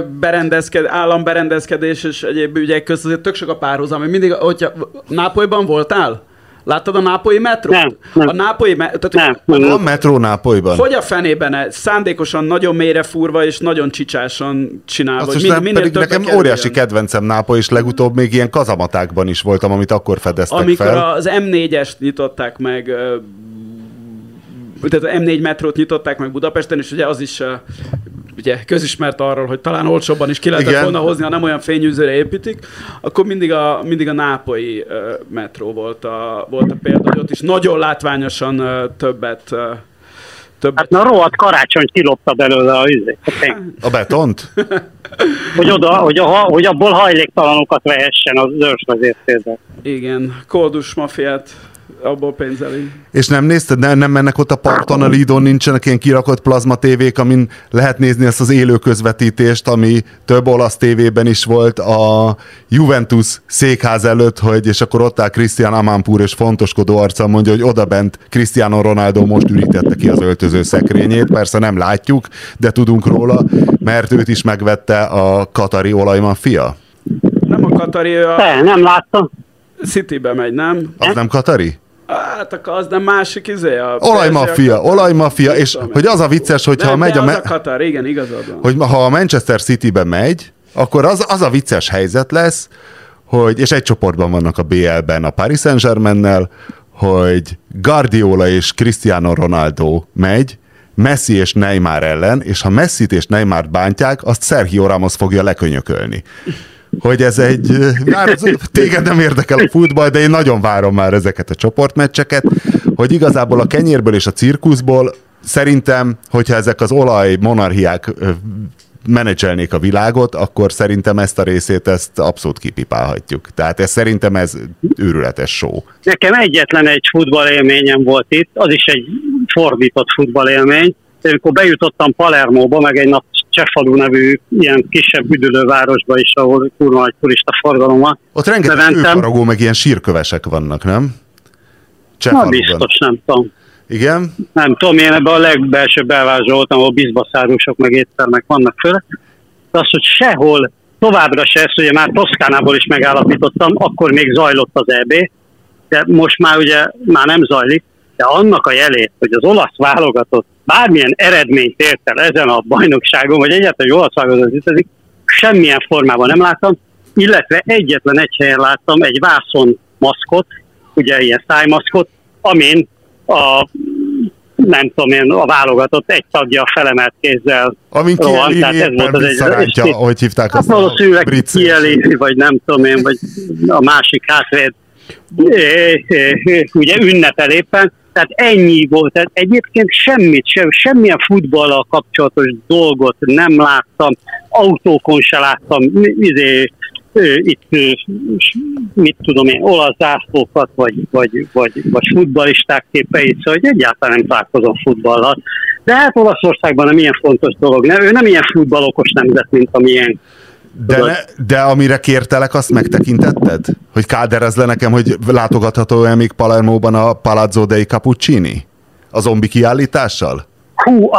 államberendezkedés és egyéb ügyek között azért tök sok a párhuzam. Mindig, hogyha Nápolyban voltál? Láttad a nápolyi metrót? Nem. A nápolyi Van metró Nápolyban. Hogy a fenében szándékosan nagyon mélyre furva és nagyon csicsásan csinálva? Pedig nekem óriási kedvencem Nápoly, és legutóbb még ilyen kazamatákban is voltam, amit akkor fedeztek amikor fel. Amikor az M4-est nyitották meg, tehát a M4 metrót nyitották meg Budapesten, és ugye az is ugye közismert arról, hogy talán olcsóbban is ki lehetett volna hozni, ha nem olyan fényűzőre építik, akkor mindig a nápolyi metró volt a példa, hogy ott is nagyon látványosan többet. Hát na rohadt karácsonyt kilopta belőle a betont? hogy abból hajléktalanokat vehessen az őrsvezértérdel. Igen, koldus mafiát abból pénzeli. És nem nézted? Nem mennek ott a parton, a Lidon nincsenek ilyen kirakott plazma tévék, amin lehet nézni ezt az élő közvetítést, ami több olasz tévében is volt a Juventus székház előtt, hogy és akkor ott áll Cristiano Amanpour, és fontoskodó arccal mondja, hogy odabent Cristiano Ronaldo most ürítette ki az öltöző szekrényét. Persze nem látjuk, de tudunk róla, mert őt is megvette a katari olajmafia. Nem a katari, Nem láttam. Citybe megy, nem? Az nem katari? Hát akkor az nem másik Olajmafia, és hogy az a vicces, hogyha megy az a Katar, igen, igazad van. Hogy ha a Manchester Citybe megy, akkor az a vicces helyzet lesz, hogy, és egy csoportban vannak a BL-ben a Paris Saint-Germainnel, hogy Guardiola és Cristiano Ronaldo megy, Messi és Neymar ellen, és ha Messit és Neymart bántják, azt Sergio Ramos fogja lekönyökölni. Hogy ez egy... Téged nem érdekel a futball, de én nagyon várom már ezeket a csoportmeccseket, hogy igazából a kenyérből és a cirkuszból szerintem, hogyha ezek az olajmonarchiák menedzselnék a világot, akkor szerintem ezt a részét abszolút kipipálhatjuk. Tehát szerintem ez őrületes show. Nekem egyetlen egy futballélményem volt itt, az is egy fordított futballélmény. Amikor bejutottam Palermóba, meg egy nap Csefalu nevű ilyen kisebb üdülővárosba is, ahol kurva nagy turista forgalom van. Ott rengeteg őfaragó, meg ilyen sírkövesek vannak, nem? Na biztos, nem tudom. Igen? Nem tudom, én ebben a legbelső belvárosban voltam, ahol bizbaszárusok, meg éttermek vannak főle. De az, hogy sehol továbbra se ezt, ugye már Toszkánából is megállapítottam, akkor még zajlott az EB, de most már ugye már nem zajlik, de annak a jelét, hogy az olasz válogatott bármilyen eredményt ért el ezen a bajnokságon, vagy egyáltalán, hogy olasz válogatott ütődik, semmilyen formában nem láttam, illetve egyetlen egy helyen láttam egy vászon maszkot, ugye ilyen szájmaszkot, amin nem tudom én, a válogatott egy tagja felemelt kézzel rohan, tehát ez volt az egy... Ahogy hívták azt a brit Kieli, vagy nem tudom én, vagy a másik hátvéd, ugye ünnepel éppen, tehát ennyi volt. Tehát egyébként semmilyen futballal kapcsolatos dolgot nem láttam, autókon se láttam, itt mit tudom én, olasz zászlókat, vagy futballisták képeit, szóval egyáltalán nem találkozom futballal. De hát Olaszországban nem ilyen fontos dolog. Ő nem ilyen futballokos nemzet, mint amilyen. De amire kértelek, azt megtekintetted? Hogy káderezz le nekem, hogy látogatható-e még Palermóban a Palazzo dei Cappuccini? A zombi kiállítással? Hú,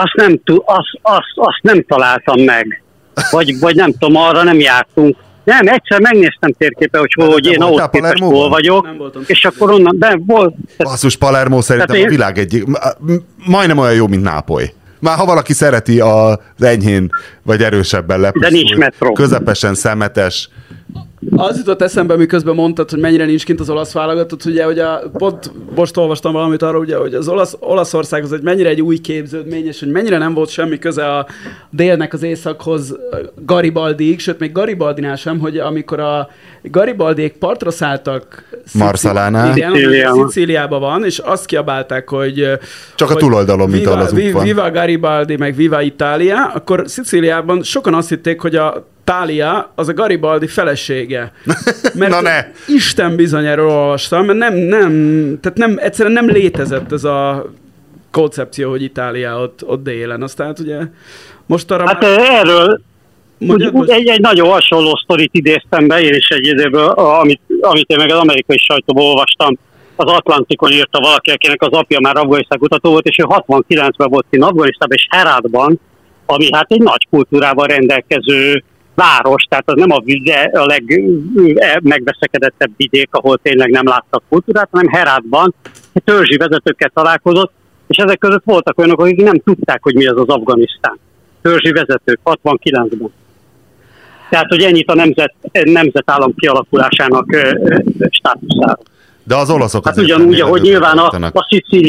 azt nem találtam meg. Vagy nem tudom, arra nem jártunk. Nem, egyszer megnéztem térképen, hogy én ahhoz képest hol vagyok, és akkor onnan, de volt. Basszus, Palermo szerintem a világ egyik, majdnem olyan jó, mint Nápoly. Már ha valaki szereti az enyhén vagy erősebben lepusztult, közepesen szemetes. Az jutott eszembe, miközben mondtad, hogy mennyire nincs kint az olasz válogatott, ugye, hogy pont most olvastam valamit arról, ugye, hogy az Olaszország az mennyire egy új képződmény, és hogy mennyire nem volt semmi köze a délnek az északhoz Garibaldiig, sőt, még Garibaldinál sem, hogy amikor a Garibaldiék partra szálltak Marsalánál, Szicíliában van, és azt kiabálták, hogy csak a túloldalon, mint az út van. Viva Garibaldi, meg Viva Italia, akkor Szicíliában sokan azt hitték, hogy a Tália az a Garibaldi felesége. Mert na ne! Isten bizonyáról olvastam, mert egyszerűen nem létezett ez a koncepció, hogy Itália ott délen. Aztán ugye most arra hát erről egy nagyon hasonló sztorit idéztem be, én is egy időből, amit én meg az amerikai sajtóból olvastam. Az Atlantikon írta valaki, akinek az apja már Afganisztán kutató volt, és ő 69-ben volt kint Afganisztánban, és Herátban, ami hát egy nagy kultúrával rendelkező város, tehát az nem a legmegveszekedettebb vidék, ahol tényleg nem láttak kultúrát, hanem Herátban törzsi vezetőkkel találkozott, és ezek között voltak olyanok, akik nem tudták, hogy mi az Afganisztán. Törzsi vezetők 69-ben. Tehát, hogy ennyit a nemzetállam kialakulásának státuszára. De az olaszok hát ugyanúgy, ahogy nyilván a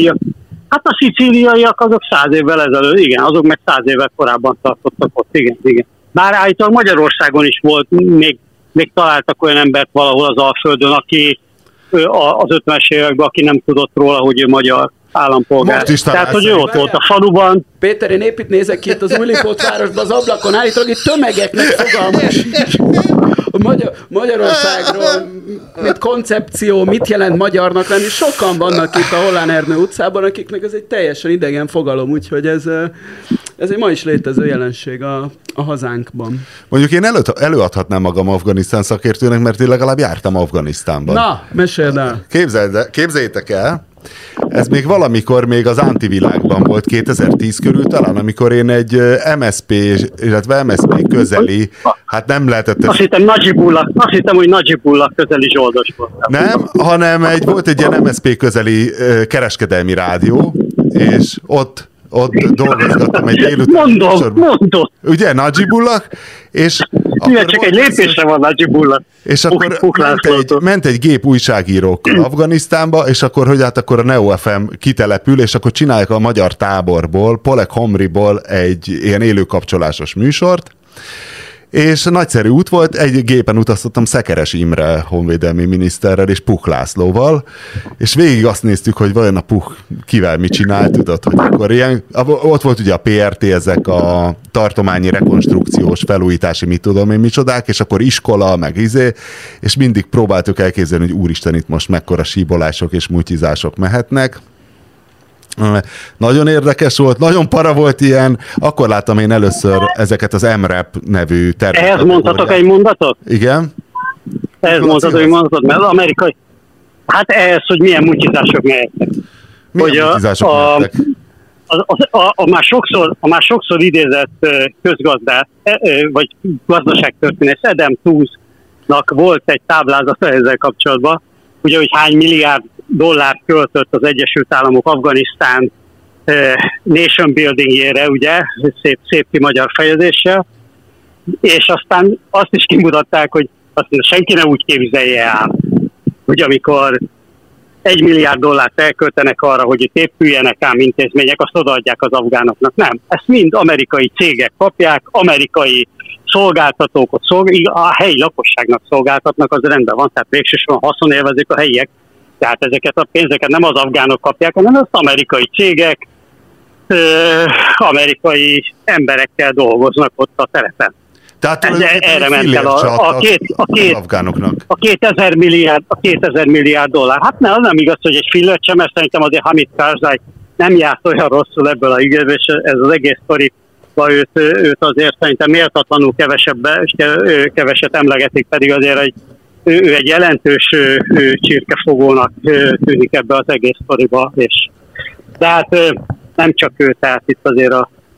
szicíliaiak azok 100 évvel ezelőtt, igen, azok meg 100 évvel korábban tartottak ott, igen. Bár állítólag Magyarországon is volt, még találtak olyan embert valahol az Alföldön, aki az 50-es években, aki nem tudott róla, hogy ő magyar. állampolgár. Most is tehát, hogy ő ott volt a faluban. Péter, én épp itt nézek ki itt az Újlipótvárosban az ablakon, állítólag itt tömegeknek fogalmas. Magyarországról, mint koncepció, mit jelent magyarnak lenni. Sokan vannak itt a Hollán Ernő utcában, akiknek ez egy teljesen idegen fogalom, úgyhogy ez egy ma is létező jelenség a hazánkban. Mondjuk én előadhatnám magam Afganisztán szakértőnek, mert én legalább jártam Afganisztánban. Na, meséld el! Képzeljétek el, ez még valamikor még az antivilágban volt, 2010 körül talán, amikor én egy MSZP, illetve MSZP közeli, hát nem lehetett... Azt hittem, hogy Najibullah közeli zsoldos volt. Nem, hanem volt egy ilyen MSZP közeli kereskedelmi rádió, és ott dolgozgattam egy délután. Mondod. Ugye, Najibullah, és... Csak egy lépésre van Najibullah. És akkor ment egy gép újságírókkal Afganisztánba, és akkor, hogy hát akkor a Neo FM kitelepül, és akkor csinálják a magyar táborból, Polek Homriból egy ilyen élőkapcsolásos műsort, és nagyszerű út volt, egy gépen utaztattam Szekeres Imre honvédelmi miniszterrel és Puch Lászlóval, és végig azt néztük, hogy vajon a Puch kivel mit csinál, tudod, hogy akkor ilyen, ott volt ugye a PRT, ezek a tartományi rekonstrukciós felújítási mit tudom én micsodák, és akkor iskola, meg és mindig próbáltuk elképzelni, hogy úristen, itt most mekkora síbolások és mutyizások mehetnek. Nagyon érdekes volt, nagyon para volt ilyen, akkor láttam én először ezeket az MRAP nevű terméket. Ehhez mondhatok egy mondatot? Igen. Ehhez mondhatok egy mondatot, mert az amerikai, hát ehhez, hogy milyen mutyizások mehetnek. Milyen mutyizások mehetnek? A már sokszor idézett közgazdás, vagy gazdaságtörténész Adam Tooze-nak volt egy táblázata ezzel kapcsolatban, ugye, hogy hány milliárd dollárt költött az Egyesült Államok Afganisztán nation buildingjére, ugye, szép magyar fejezéssel, és aztán azt is kimutatták, hogy azt senki ne úgy képzelje el, hogy amikor 1 milliárd dollárt elköltenek arra, hogy itt épüljenek ám intézmények, azt odaadják az afgánoknak. Nem. Ezt mind amerikai cégek kapják, amerikai szolgáltatók a helyi lakosságnak szolgáltatnak, az rendben van, tehát végsősorban haszonélvezik a helyiek. Tehát ezeket a pénzeket nem az afgánok kapják, hanem az amerikai cégek, amerikai emberekkel dolgoznak ott a terepen. Tehát erre ment el a afgánoknak. A 2000 milliárd dollár. Hát nem igaz, hogy egy fillert sem, mert szerintem azért Hamid Karzai nem járt olyan rosszul ebből a ügyéből, és ez az egész sztori, őt azért szerintem méltatlanul keveset emlegetik, pedig azért ő egy jelentős csirkefogónak tűnik ebbe az egész sztoriba. De hát nem csak ő, tehát itt azért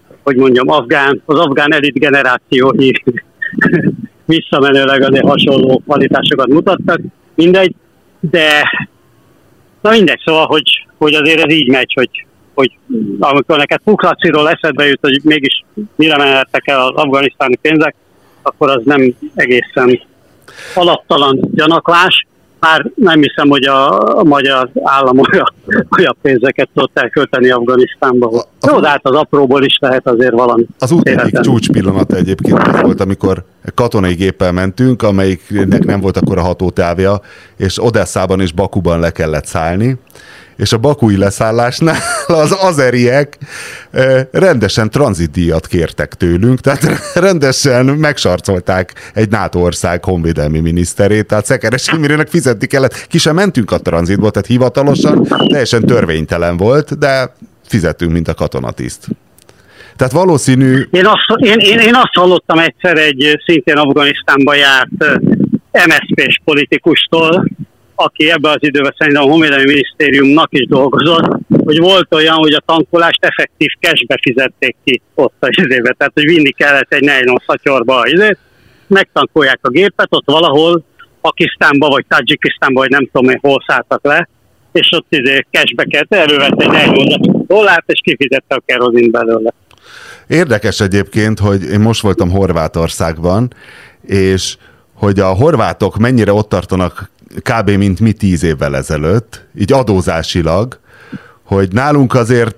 az afgán elit generáció visszamenőleg azért hasonló kvalitásokat mutattak, mindegy, de mindegy, szóval, hogy azért ez így megy, hogy amikor neked Puch Laciról eszedbe jut, hogy mégis mire menhettek el az afganisztáni pénzek, akkor az nem egészen alaptalan gyanaklás. Már nem hiszem, hogy a magyar állam olyan pénzeket tudott elkölteni Afganisztánba. Jó, de hát az apróból is lehet azért valami. Az egyik csúcs pillanata egyébként az volt, amikor katonai géppel mentünk, amelyiknek nem volt akkor a hatótávja, és Odesszában és Bakuban le kellett szállni, és a bakui leszállásnál az azeriek rendesen tranzitdíjat kértek tőlünk, tehát rendesen megsarcolták egy NATO ország honvédelmi miniszterét, tehát Szekeres Imrének fizetni kellett. Ki sem mentünk a tranzitból, tehát hivatalosan teljesen törvénytelen volt, de fizettünk, mint a katonatiszt. Tehát valószínű... Én azt hallottam egyszer egy szintén Afganisztánban járt MSZP-s politikustól, aki ebben az időben szerintem a Honvédelmi Minisztériumnak is dolgozott, hogy volt olyan, hogy a tankolást effektív cashbe fizették ki ott az időben. Tehát, hogy vinni kellett egy nylon szatyorba az időt, megtankolják a gépet, ott valahol Pakisztánba vagy Tadzsikisztánba, vagy nem tudom én hol szálltak le, és ott cashbe kellett, elővett egy nylon dollárt, és kifizette a kerozin belőle. Érdekes egyébként, hogy én most voltam Horvátországban, és hogy a horvátok mennyire ott tartanak kb. Mint mi 10 évvel ezelőtt, így adózásilag, hogy nálunk azért,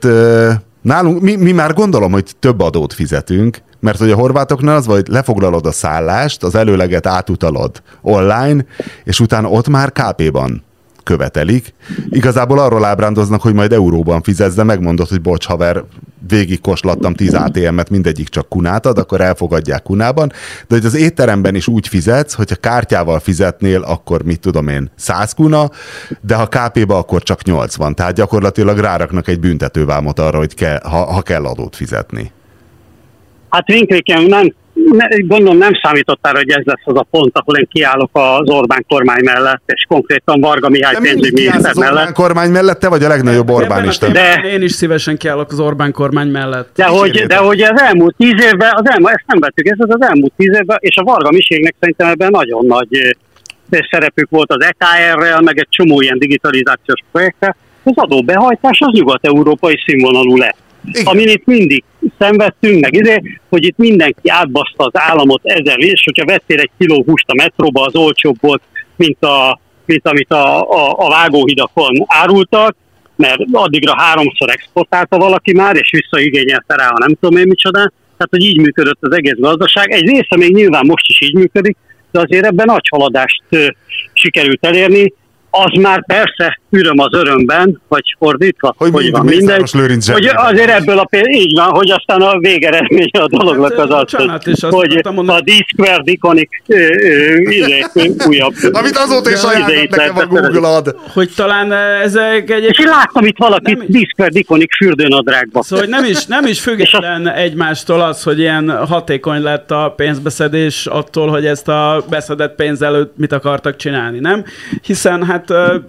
mi már gondolom, hogy több adót fizetünk, mert hogy a horvátoknál az vagy, lefoglalod a szállást, az előleget átutalod online, és utána ott már KP-ban követelik. Igazából arról ábrándoznak, hogy majd euróban fizetsz, de megmondod, hogy bocs haver, végig koslattam 10 ATM-et, mindegyik csak kunát ad, akkor elfogadják kunában, de hogy az étteremben is úgy fizetsz, hogyha kártyával fizetnél, akkor mit tudom én, 100 kuna, de ha KP-ba, akkor csak 80. Tehát gyakorlatilag ráraknak egy büntetővámot arra, hogy ha kell adót fizetni. Hát Vinkréken gondolom nem számítottál, hogy ez lesz az a pont, ahol én kiállok az Orbán kormány mellett, és konkrétan Varga Mihály pénzügyminiszter mellett. Orbán kormány mellett, te vagy a legnagyobb Orbánista. Én is szívesen kiállok az Orbán kormány mellett. De hogy az elmúlt 10 évben, ezt nem vettük, ez az elmúlt 10 évben, és a Varga Miségnek szerintem ebben nagyon nagy szerepük volt az EKR-rel, meg egy csomó ilyen digitalizációs projekttel. Az adóbehajtás az nyugat-európai színvonalú lett. Igen. Amin itt mindig szenvedtünk, hogy itt mindenki átbaszta az államot ezzel, és hogyha vettél egy kiló húst a metróba, az olcsóbb volt, mint amit a vágóhidakon árultak, mert addigra 3-szor exportálta valaki már, és visszaigényelte rá a nem tudom én micsoda. Tehát, hogy így működött az egész gazdaság. Egy része még nyilván most is így működik, de azért ebben nagy haladást sikerült elérni. Az már persze üröm az örömben, vagy fordítva, hogy van mindegy. Hogy azért ebből így van, hogy aztán a végeredmény a dolognak az hogy a D-Square Iconic újabb. Amit azóta is ajánlott nekem a Google ad. Hogy talán ezek egy... És én láttam itt valakit D-Square Iconic fürdőnadrágba. Szóval nem is független egymástól az, hogy ilyen hatékony lett a pénzbeszedés attól, hogy ezt a beszedett pénz előtt mit akartak csinálni, nem? Hiszen hát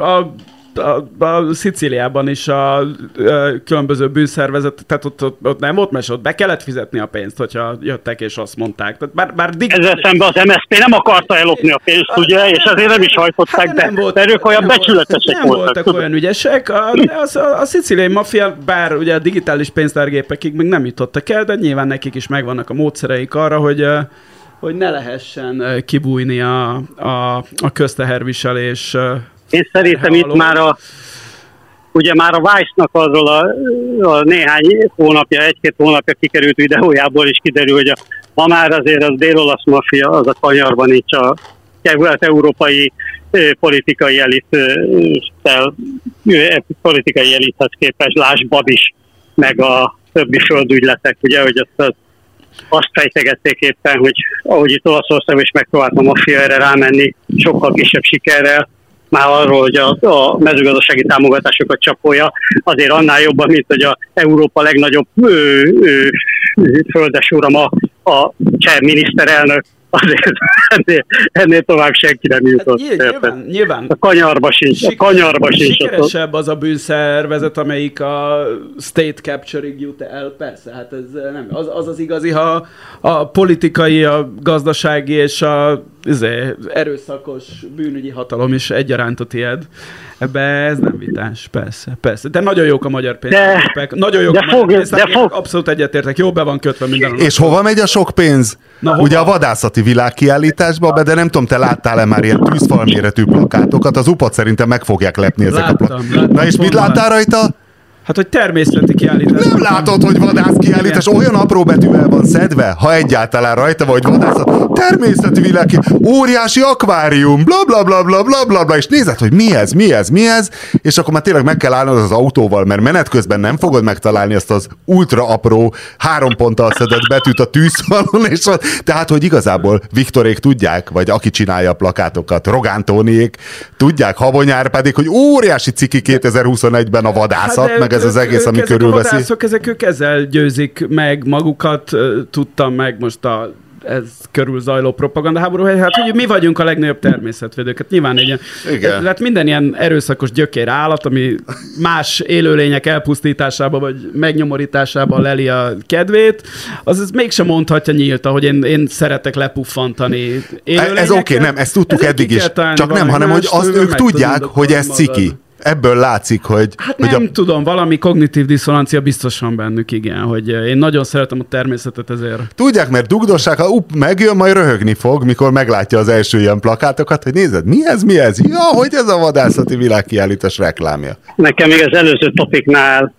a Szicíliában is a különböző bűnszervezet, tehát ott nem volt, mert ott be kellett fizetni a pénzt, hogyha jöttek és azt mondták. Ezzel szemben az MSZP nem akarta ellopni a pénzt, ugye, és azért nem is hajtották be, mert ők olyan becsületesek nem voltak olyan ügyesek. A szicíliai maffia, bár ugye a digitális pénztárgépekig még nem jutottak el, de nyilván nekik is megvannak a módszereik arra, hogy ne lehessen kibújni a közteherviselés. Én szerintem itt már ugye már a Vice-nak azról a néhány hónapja, 1-2 hónapja kikerült videójából is kiderül, hogy ma már azért az dél-olasz maffia, az a kanyarban nincs a európai politikai elithez képest, lásd Babis, meg a többi földügyletek, ugye, hogy azt fejtegették éppen, hogy ahogy itt Olaszországban is megpróbált a maffia erre rámenni, sokkal kisebb sikerrel, már arról, hogy a mezőgazdasági támogatásokat csapolja, azért annál jobban, mint hogy a Európa legnagyobb földesúram a cseh miniszterelnök, azért ennél tovább senki nem jutott. Hát nyilván. A kanyarba sincs. Sikeresebb az a bűnszervezet, amelyik a state capturing jut el. Persze, hát ez nem. Az igazi, ha a politikai, a gazdasági és a erőszakos bűnügyi hatalom is egyaránt a tied. Ebbe ez nem vitás, persze. De nagyon jók a magyar pénztárgépek. Nagyon jók a magyar pénztárgépek, abszolút egyetértek. Jó be van kötve minden. És hova megy a sok pénz? Ugye a vadászati világkiállításba, de nem tudom, te láttál-e már ilyen tűzfalméretű plakátokat? Az UPA-t szerintem meg fogják lepni ezek a plakátokat. Na és mit láttál rajta? Hát, hogy természeti kiállítás. Nem látod, hogy vadászkiállítás olyan apró betűvel van szedve, ha egyáltalán rajta vagy vadászat. Természeti világ, óriási akvárium, blablabla, és nézed, hogy mi ez, és akkor már tényleg meg kell állnod az autóval, mert menet közben nem fogod megtalálni azt az ultra apró 3 ponttal szedett betűt a tűzfalon, és tehát, hogy igazából Viktorék tudják, vagy aki csinálja a plakátokat, Rogán Tóniék tudják, Habony pedig, hogy óriási ciki 2021-ben a vadászat, hát meg ez az egész, ami körülveszi. Ők ezzel győzik meg magukat, tudtam meg most ez körül zajló propagandaháború, hát hogy mi vagyunk a legnagyobb természetvédők. Hát nyilván hát minden ilyen erőszakos gyökér állat, ami más élőlények elpusztításába vagy megnyomorításában leli a kedvét, az mégsem mondhatja nyíltan, hogy én szeretek lepuffantani élőlényeket. Ez oké, nem, ezt tudtuk eddig is. Csak nem, hanem hogy azt ők tudják, hogy ez ciki. Ebből látszik, hogy... Hát nem tudom, valami kognitív diszonancia biztosan bennük, igen, hogy én nagyon szeretem a természetet ezért. Tudják, mert dugdossák, ha megjön, majd röhögni fog, mikor meglátja az első ilyen plakátokat, hogy nézed, mi ez? Ja, hogy ez a vadászati világkiállítás reklámja. Nekem még az előző topiknál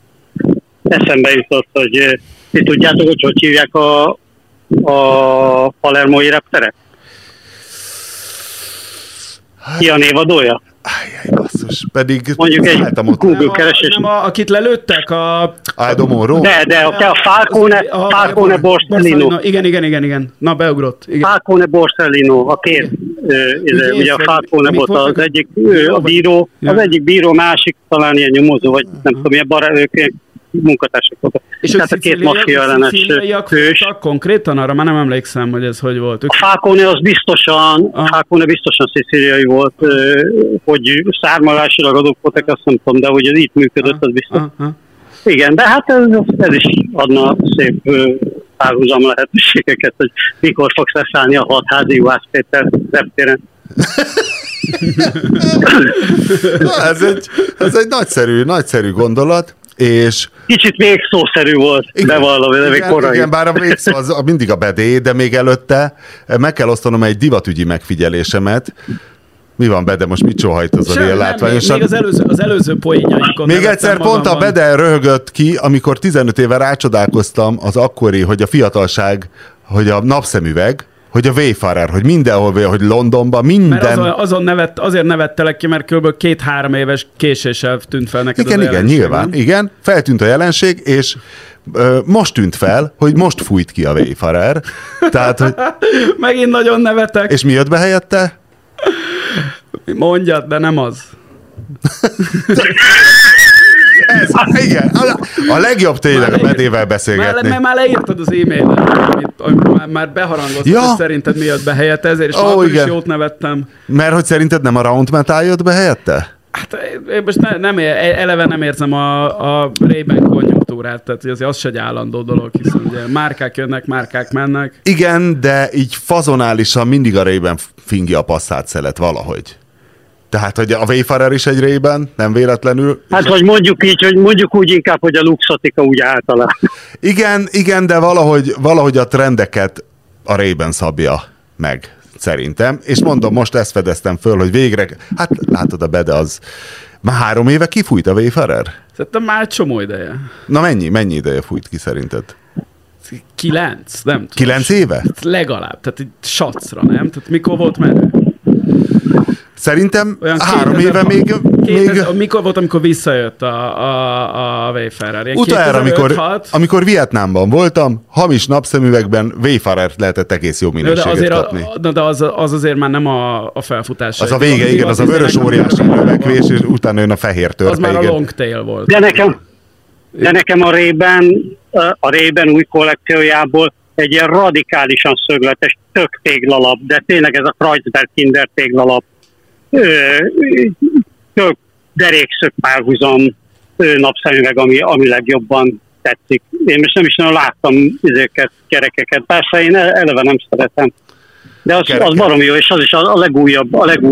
eszembe jutott, hogy ti tudjátok, hogy hívják a palermói repteret? Ki a névadója? Ájjaj, basszus, pedig mondjuk egy Google keresés. Nem akit lelőttek a... Aldomoro? De a Falcone Borsellino. Igen. Na, beugrott. Igen. Falcone Borsellino, a két, ugye a Falcone volt az egyik a bíró, az egyik bíró, másik talán ilyen nyomozó, vagy nem tudom, ilyen ők munkatársak voltak. És tehát a két maffia ellenes hős. Konkrétan arra már nem emlékszem, hogy ez hogy volt. A Falcone az biztosan szicíliai volt, hogy származásilag adók voltak, azt nem tudom, de hogy ez itt működött, az biztos. Igen, de hát ez is adna szép párhuzam lehetőségeket, hogy mikor fogsz leszállni a hatházi Juhász Péter reptéren. ez egy nagyszerű gondolat. És kicsit végszószerű volt, bevallom, de még korai. Igen, bár a végszó az mindig a bedé, de még előtte meg kell osztanom egy divatügyi megfigyelésemet. Mi van, Bede, most mit sóhajtozol ilyen látványosan? Még az előző poénjainkon. Még egyszer pont a Bede röhögött ki, amikor 15 éve rácsodálkoztam az akkori, hogy a fiatalság, hogy a napszemüveg, hogy a Wayfarer, hogy mindenhol, hogy Londonban, minden... Mert azért nevettelek ki, mert kb. 2-3 éves késéssel tűnt fel neked igen, nyilván. Igen, feltűnt a jelenség, és most tűnt fel, hogy most fújt ki a Wayfarer. Tehát, hogy... Megint nagyon nevetek. És mi jött be helyette? Mondjad, de nem az. Ez, igen, a legjobb tényleg a Bedével beszélgetni. Már leírtad az e-mailet, amit már beharangoztad, hogy szerinted mi jött be helyette, ezért is akkor is jót nevettem. Mert hogy szerinted nem a Round Metal jött be helyette? Hát én most eleve nem érzem a Ray-Ban konjunktúrát, tehát azért az se egy állandó dolog, hiszen ugye márkák jönnek, márkák mennek. Igen, de így fazonálisan mindig a Ray-Ban fingi a passzát szelet valahogy. Tehát, hogy a Wayfarer is egy Ray-Ban, nem véletlenül. Hát, vagy mondjuk így, hogy mondjuk úgy inkább, hogy a Luxottica úgy általában. Igen, de valahogy a trendeket a Ray-Ban szabja meg, szerintem. És mondom, most ezt fedeztem föl, hogy végre, hát látod, a Bede az már 3 éve kifújt a Wayfarer? Szerintem már egy csomó ideje. Na mennyi ideje fújt ki szerinted? 9, nem tudom. 9 éve? Legalább, tehát egy sacra, nem? Tehát mikor volt menő? Szerintem 3 éve még... Mikor volt, amikor visszajött a Wayfarer? Utána, amikor Vietnámban voltam, hamis napszemüvegben Wayfarert lehetett egész jó minőséget kapni. De az azért már nem a felfutás. Az a vége, igen, az a vörös óriási növekvés, és utána jön a fehér törpe. Az már a long tail volt. De nekem a Ray-Ban új kollekciójából egy ilyen radikálisan szögletes tök téglalap, de tényleg ez a Kreuzberg Kinder téglalap, tök derékszög párhuzam napszemüveg, ami legjobban tetszik. Én most nem is nagyon láttam ezeket, kerekeket. Persze én eleve nem szeretem. De az baromi jó, és az is a legújabb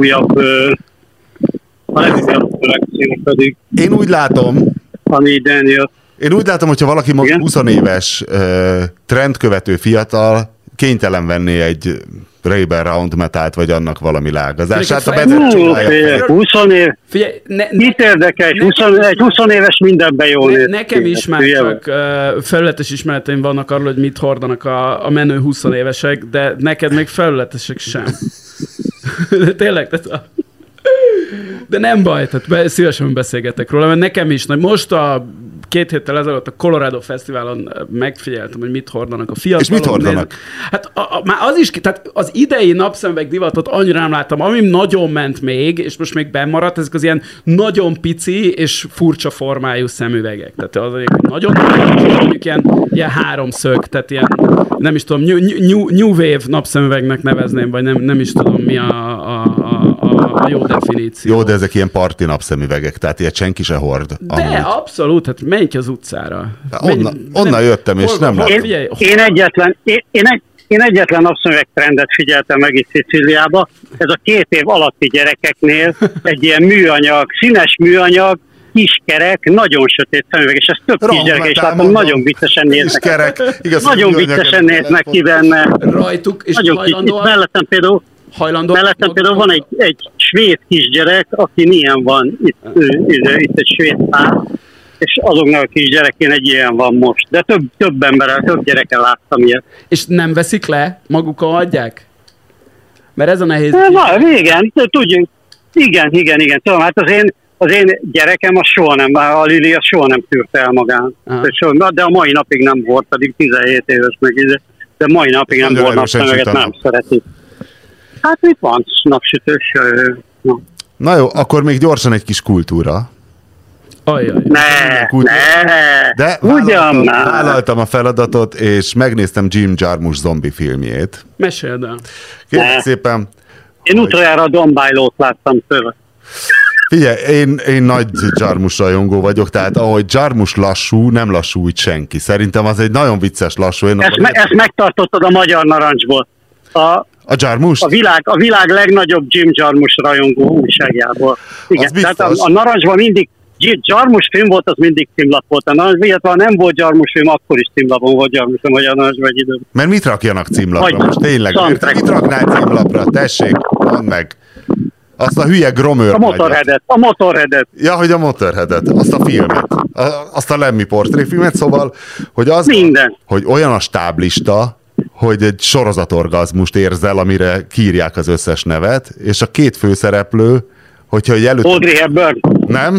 kollekció pedig. Én úgy látom, ami Daniel. Én úgy látom, hogyha valaki most 20 éves trendkövető fiatal, kénytelen venni egy Ray-Ban Round Metalt, vagy annak valami lágazását. A Bede csinálja. 20 év. Figyelj, mit érdekel? Egy 20 éves mindenben jól néz. Nekem is már csak felületes ismereteim vannak arról, hogy mit hordanak a menő 20 évesek, de neked még felületesek sem. De tényleg, de nem baj, tehát szívesen beszélgetek róla, mert nekem is. Most a 2 héttel ezelőtt a Colorado Fesztiválon megfigyeltem, hogy mit hordanak a fiatalok. És mit hordanak? Hát már az is, tehát az idei napszemüveg divatot annyira nem láttam, ami nagyon ment még, és most még bennmaradt, ezek az ilyen nagyon pici és furcsa formájú szemüvegek. Tehát az nagyon mondjuk ilyen háromszög, tehát ilyen, nem is tudom, New Wave napszemüvegnek nevezném, vagy nem is tudom mi a jó definíció. Jó, de ezek ilyen parti napszemüvegek, tehát ilyet senki se hord. De amúgy. Abszolút, hát menj ki az utcára. Onnan jöttem, és nem láttam. Én egyetlen napszemüveg trendet figyeltem meg itt Szicíliába. Ez a 2 év alatti gyerekeknél egy ilyen műanyag, színes műanyag, kiskerek, nagyon sötét szemüveg, és ez több kisgyerek is látom, nagyon viccesen néznek. Nagyon viccesen néznek ki benne. Rajtuk, és hajlandóan... Mellettem például van egy svéd kisgyerek, aki ilyen van, itt egy svéd pár, és azoknak a kisgyerekén egy ilyen van most. De több emberrel, több gyereken láttam ilyet. És nem veszik le? Magukkal adják? Mert ez a nehéz. Na, igen, tudjuk. Igen. Tudom, hát az én gyerekem a Lili soha nem tűrte el magán. De a mai napig nem volt, pedig 17 éves meg, de mai napig nem volt napszemüveget, nem szereti. Hát itt van napsütős. Na jó, akkor még gyorsan egy kis kultúra. De vállaltam a feladatot, és megnéztem Jim Jarmusch zombi filmjét. Meséld el. Kérlek szépen. Én utoljára a Dombájlót láttam tőle. Figyelj, én nagy Jarmusch rajongó vagyok, tehát ahogy Jarmusch lassú, nem lassú úgy senki. Szerintem az egy nagyon vicces lassú. Ezt megtartottad a Magyar Narancsból. A Jarmusch? A világ legnagyobb Jim Jarmusch rajongó újságjából. Igen, tehát a Narancsban mindig Jarmusch film volt, az mindig címlap volt. A Narancsban, ha nem volt Jarmusch film, akkor is címlapon volt Jarmusch a Magyar Narancsban egy időben. Mert mit rakjanak címlapra most? Tényleg, mit raknál címlapra? Tessék, mondd meg. Azt a hülye Gromőr. A Motorheadet. Ja, hogy a Motorheadet, azt a filmet. Azt a Lemmy portréfilmet, szóval, hogy az minden. Hogy olyan a stáblista, hogy egy sorozatorgazmust érzel, amire kiírják az összes nevet, és a két főszereplő, hogyha előtt... Audrey Hepburn. Nem?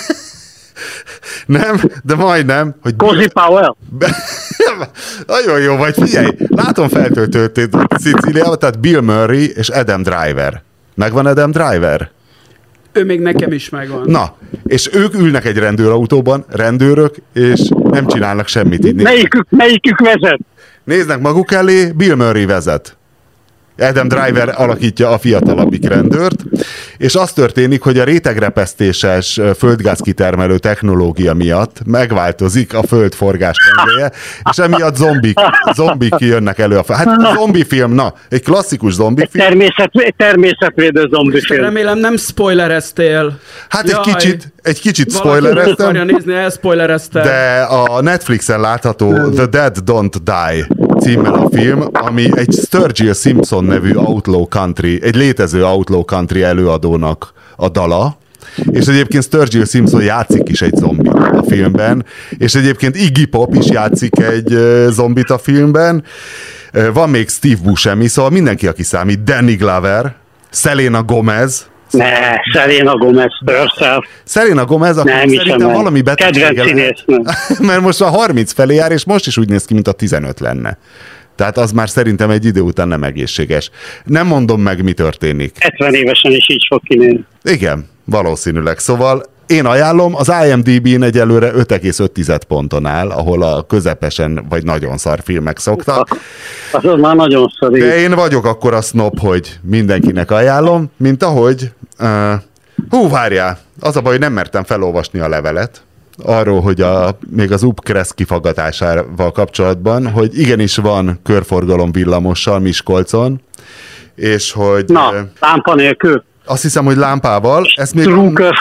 Nem, de majdnem. Hogy Cozy Powell. Nagyon jó vagy, figyelj, látom feltöltődtét Szicíliában, tehát Bill Murray és Adam Driver. Megvan Adam Driver? Ő még nekem is megvan. Na, és ők ülnek egy rendőrautóban, rendőrök, és nem csinálnak semmit. Így melyikük vezet? Néznek maguk elé, Bill Murray vezet. Adam Driver alakítja a fiatalabbik rendőrt, és az történik, hogy a rétegrepesztéses földgázkitermelő technológia miatt megváltozik a földforgás tengelye, és emiatt zombik jönnek elő. Hát zombifilm, egy klasszikus zombifilm. Természetvédő zombifilm. Remélem nem spoilereztél. Hát egy kicsit spoilereztem. Valaki akarja nézni, elspoilereztem. De a Netflixen látható The Dead Don't Die címmel a film, ami egy Sturgill Simpson nevű outlaw country, egy létező outlaw country előadónak a dala, és egyébként Sturgill Simpson játszik is egy zombit a filmben, és egyébként Iggy Pop is játszik egy zombit a filmben, van még Steve Buscemi, szóval mindenki, aki számít, Danny Glover, Selena Gomez, Selena Gomez, herself. Selena Gomez, aki szerintem valami betegsége lehet, mert most a 30 felé jár, és most is úgy néz ki, mint a 15 lenne. Tehát az már szerintem egy idő után nem egészséges. Nem mondom meg, mi történik. 70 évesen is így fog kinőni. Igen, valószínűleg. Szóval én ajánlom, az IMDb-n egyelőre 5,5 ponton áll, ahol a közepesen vagy nagyon szar filmek szoktak. Az már nagyon szar. De én vagyok akkor a snob, hogy mindenkinek ajánlom, mint ahogy... várjál, az a baj, hogy nem mertem felolvasni a levelet arról, hogy még az UPKRESZ kifagatásával kapcsolatban, hogy igenis van körforgalom villamossal Miskolcon, és hogy... lámpa nélkül. Azt hiszem, hogy lámpával. Ezt még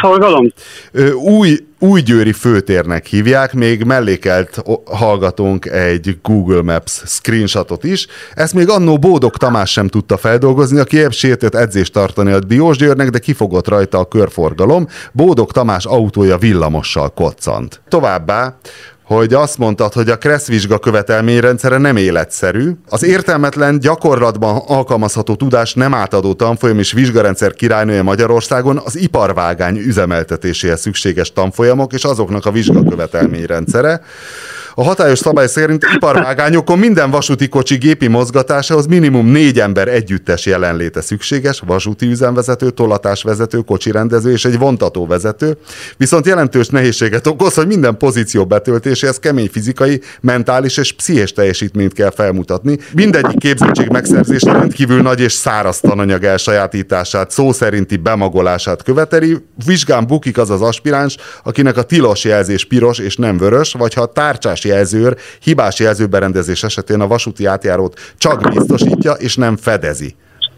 Újgyőri főtérnek hívják, még mellékelt hallgatónk egy Google Maps screenshotot is. Ezt még annó Bódog Tamás sem tudta feldolgozni, aki épp sértett edzést tartani a Diósgyőrnek, de kifogott rajta a körforgalom. Bódog Tamás autója villamossal koccant. Továbbá, hogy azt mondtad, hogy a KRESZ vizsga követelményrendszere nem életszerű. Az értelmetlen, gyakorlatban alkalmazható tudás nem átadó tanfolyam és vizsgarendszer királynője Magyarországon az iparvágány üzemeltetéséhez szükséges tanfolyamok és azoknak a vizsgakövetelményrendszere. A hatályos szabály szerint iparvágányokon minden vasúti kocsi gépi mozgatásához minimum 4 ember együttes jelenléte szükséges, vasúti üzemvezető, tollatásvezető, kocsirendező és egy vontatóvezető, viszont jelentős nehézséget okoz, hogy minden pozíció betöltéséhez kemény fizikai, mentális és pszichés teljesítményt kell felmutatni. Mindegyik képzettség megszerzése rendkívül nagy és száraz tananyag elsajátítását, szó szerinti bemagolását követeli. Vizsgán bukik az az aspiráns, akinek a tilos jelzés piros és nem vörös, vagy ha a tárcsás jelzőr hibás jelzőberendezés esetén a vasúti átjárót csak biztosítja, és nem fedezi.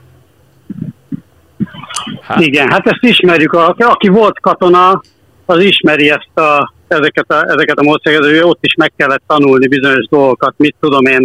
Igen, hát ezt ismerjük. Aki volt katona, az ismeri ezeket a módszereket, hogy ott is meg kellett tanulni bizonyos dolgokat. Mit tudom én,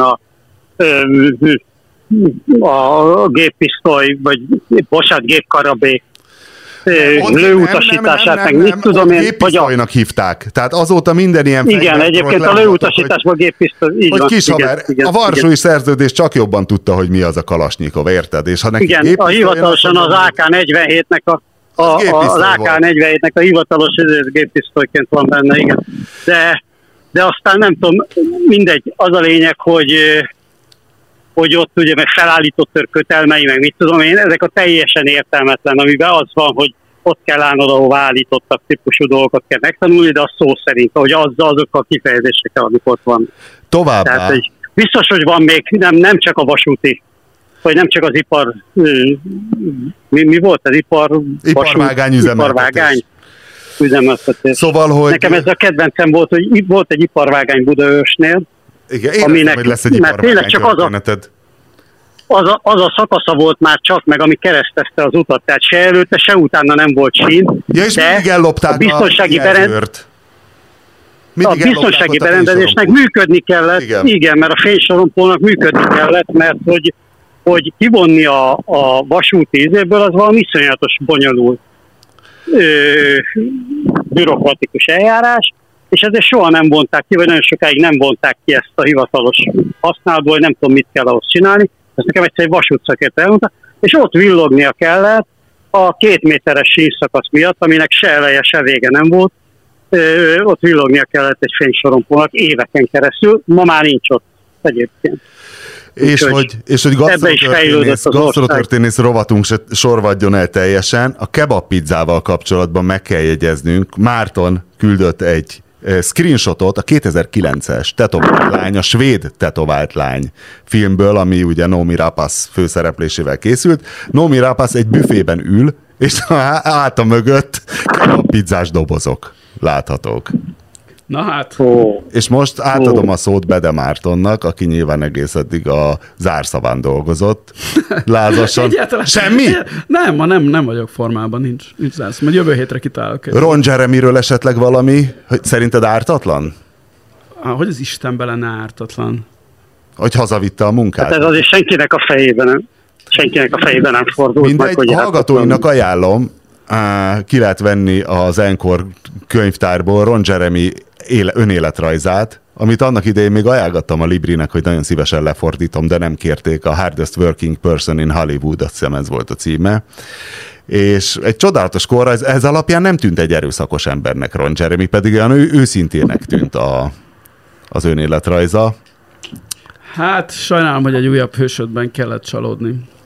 a géppisztoly, vagy gépkarabé lőutasítását, meg mit tudom én. Géppisztolynak hívták. Tehát azóta minden ilyen... Igen, egyébként a lőutasításban géppisztoly. Hogy kishaver, a Varsói Szerződés csak jobban tudta, hogy mi az a Kalasnyikov, érted? És ha neki igen, hivatalosan az AK-47-nek Az AK-47-nek a hivatalos géppisztolyként van benne, igen. De aztán nem tudom, mindegy, az a lényeg, hogy ott ugye meg felállított törkötelmei, meg mit tudom én, ezek a teljesen értelmetlen, amiben az van, hogy ott kell állnod, ahova állítottak, típusú dolgokat kell megtanulni, de az szó szerint, hogy azok a kifejezésekkel, amik ott van. Továbbá. Tehát, biztos, hogy van még, nem csak a vasúti, vagy nem csak az ipar, mi volt az iparvágány üzemeltetés. Szóval, hogy... Nekem ez a kedvencem volt, hogy volt egy iparvágány Budaörsnél, igen, aminek, hogy lesz egy iparvágány csak az a szakasza volt már csak meg, ami keresztezte az utat, tehát se előtte, se utána nem volt sín. Ja, és mindig ellopták a biztonsági a biztonsági berendezésnek működni kellett, igen, mert a fénysorompónak működni kellett, mert hogy kivonni a vasúti ízéből, az valami iszonyatos bonyolult bürokratikus eljárás, és ezért soha nem vonták ki, vagy nagyon sokáig nem vonták ki ezt a hivatalos használatból, hogy nem tudom, mit kell ahhoz csinálni. Ezt nekem egyszer egy vasútszakértő elmondta, és ott villognia kellett a 2 méteres sínszakasz miatt, aminek se eleje, se vége nem volt. Ott villognia kellett egy fénysorompónak éveken keresztül, ma már nincs ott egyébként. És hogy gasztrotörténész rovatunk se sorvadjon el teljesen, a kebab pizzával kapcsolatban meg kell jegyeznünk, Márton küldött egy screenshotot a 2009-es tetovált lány, a svéd tetovált lány filmből, ami ugye Noomi Rapace főszereplésével készült. Noomi Rapace egy büfében ül, és háta mögött kebab pizzás dobozok láthatók. Na hát. És most átadom a szót Bede Mártonnak, aki nyilván egész eddig a zárszaván dolgozott. Lázasan. Semmi? Nem, ma nem vagyok formában, nincs zársz. Majd jövő hétre kitálok. Ron Jeremyről esetleg valami, hogy szerinted ártatlan? Hogy az Istenben lenne ártatlan? Hogy hazavitte a munkát? Hát ez azért senkinek a fejében nem fordult. Mindegy, meg, hallgatóinak ajánlom, ki lehet venni az Encore könyvtárból Ron Jeremy önéletrajzát, amit annak idején még ajánlottam a Librinek, hogy nagyon szívesen lefordítom, de nem kérték. A Hardest Working Person in Hollywood, azt hiszem ez volt a címe. És egy csodálatos korrajz, ez alapján nem tűnt egy erőszakos embernek Ron Jeremy, pedig olyan őszintének tűnt az önéletrajza. Hát sajnálom, hogy egy újabb hősödben kellett csalódni.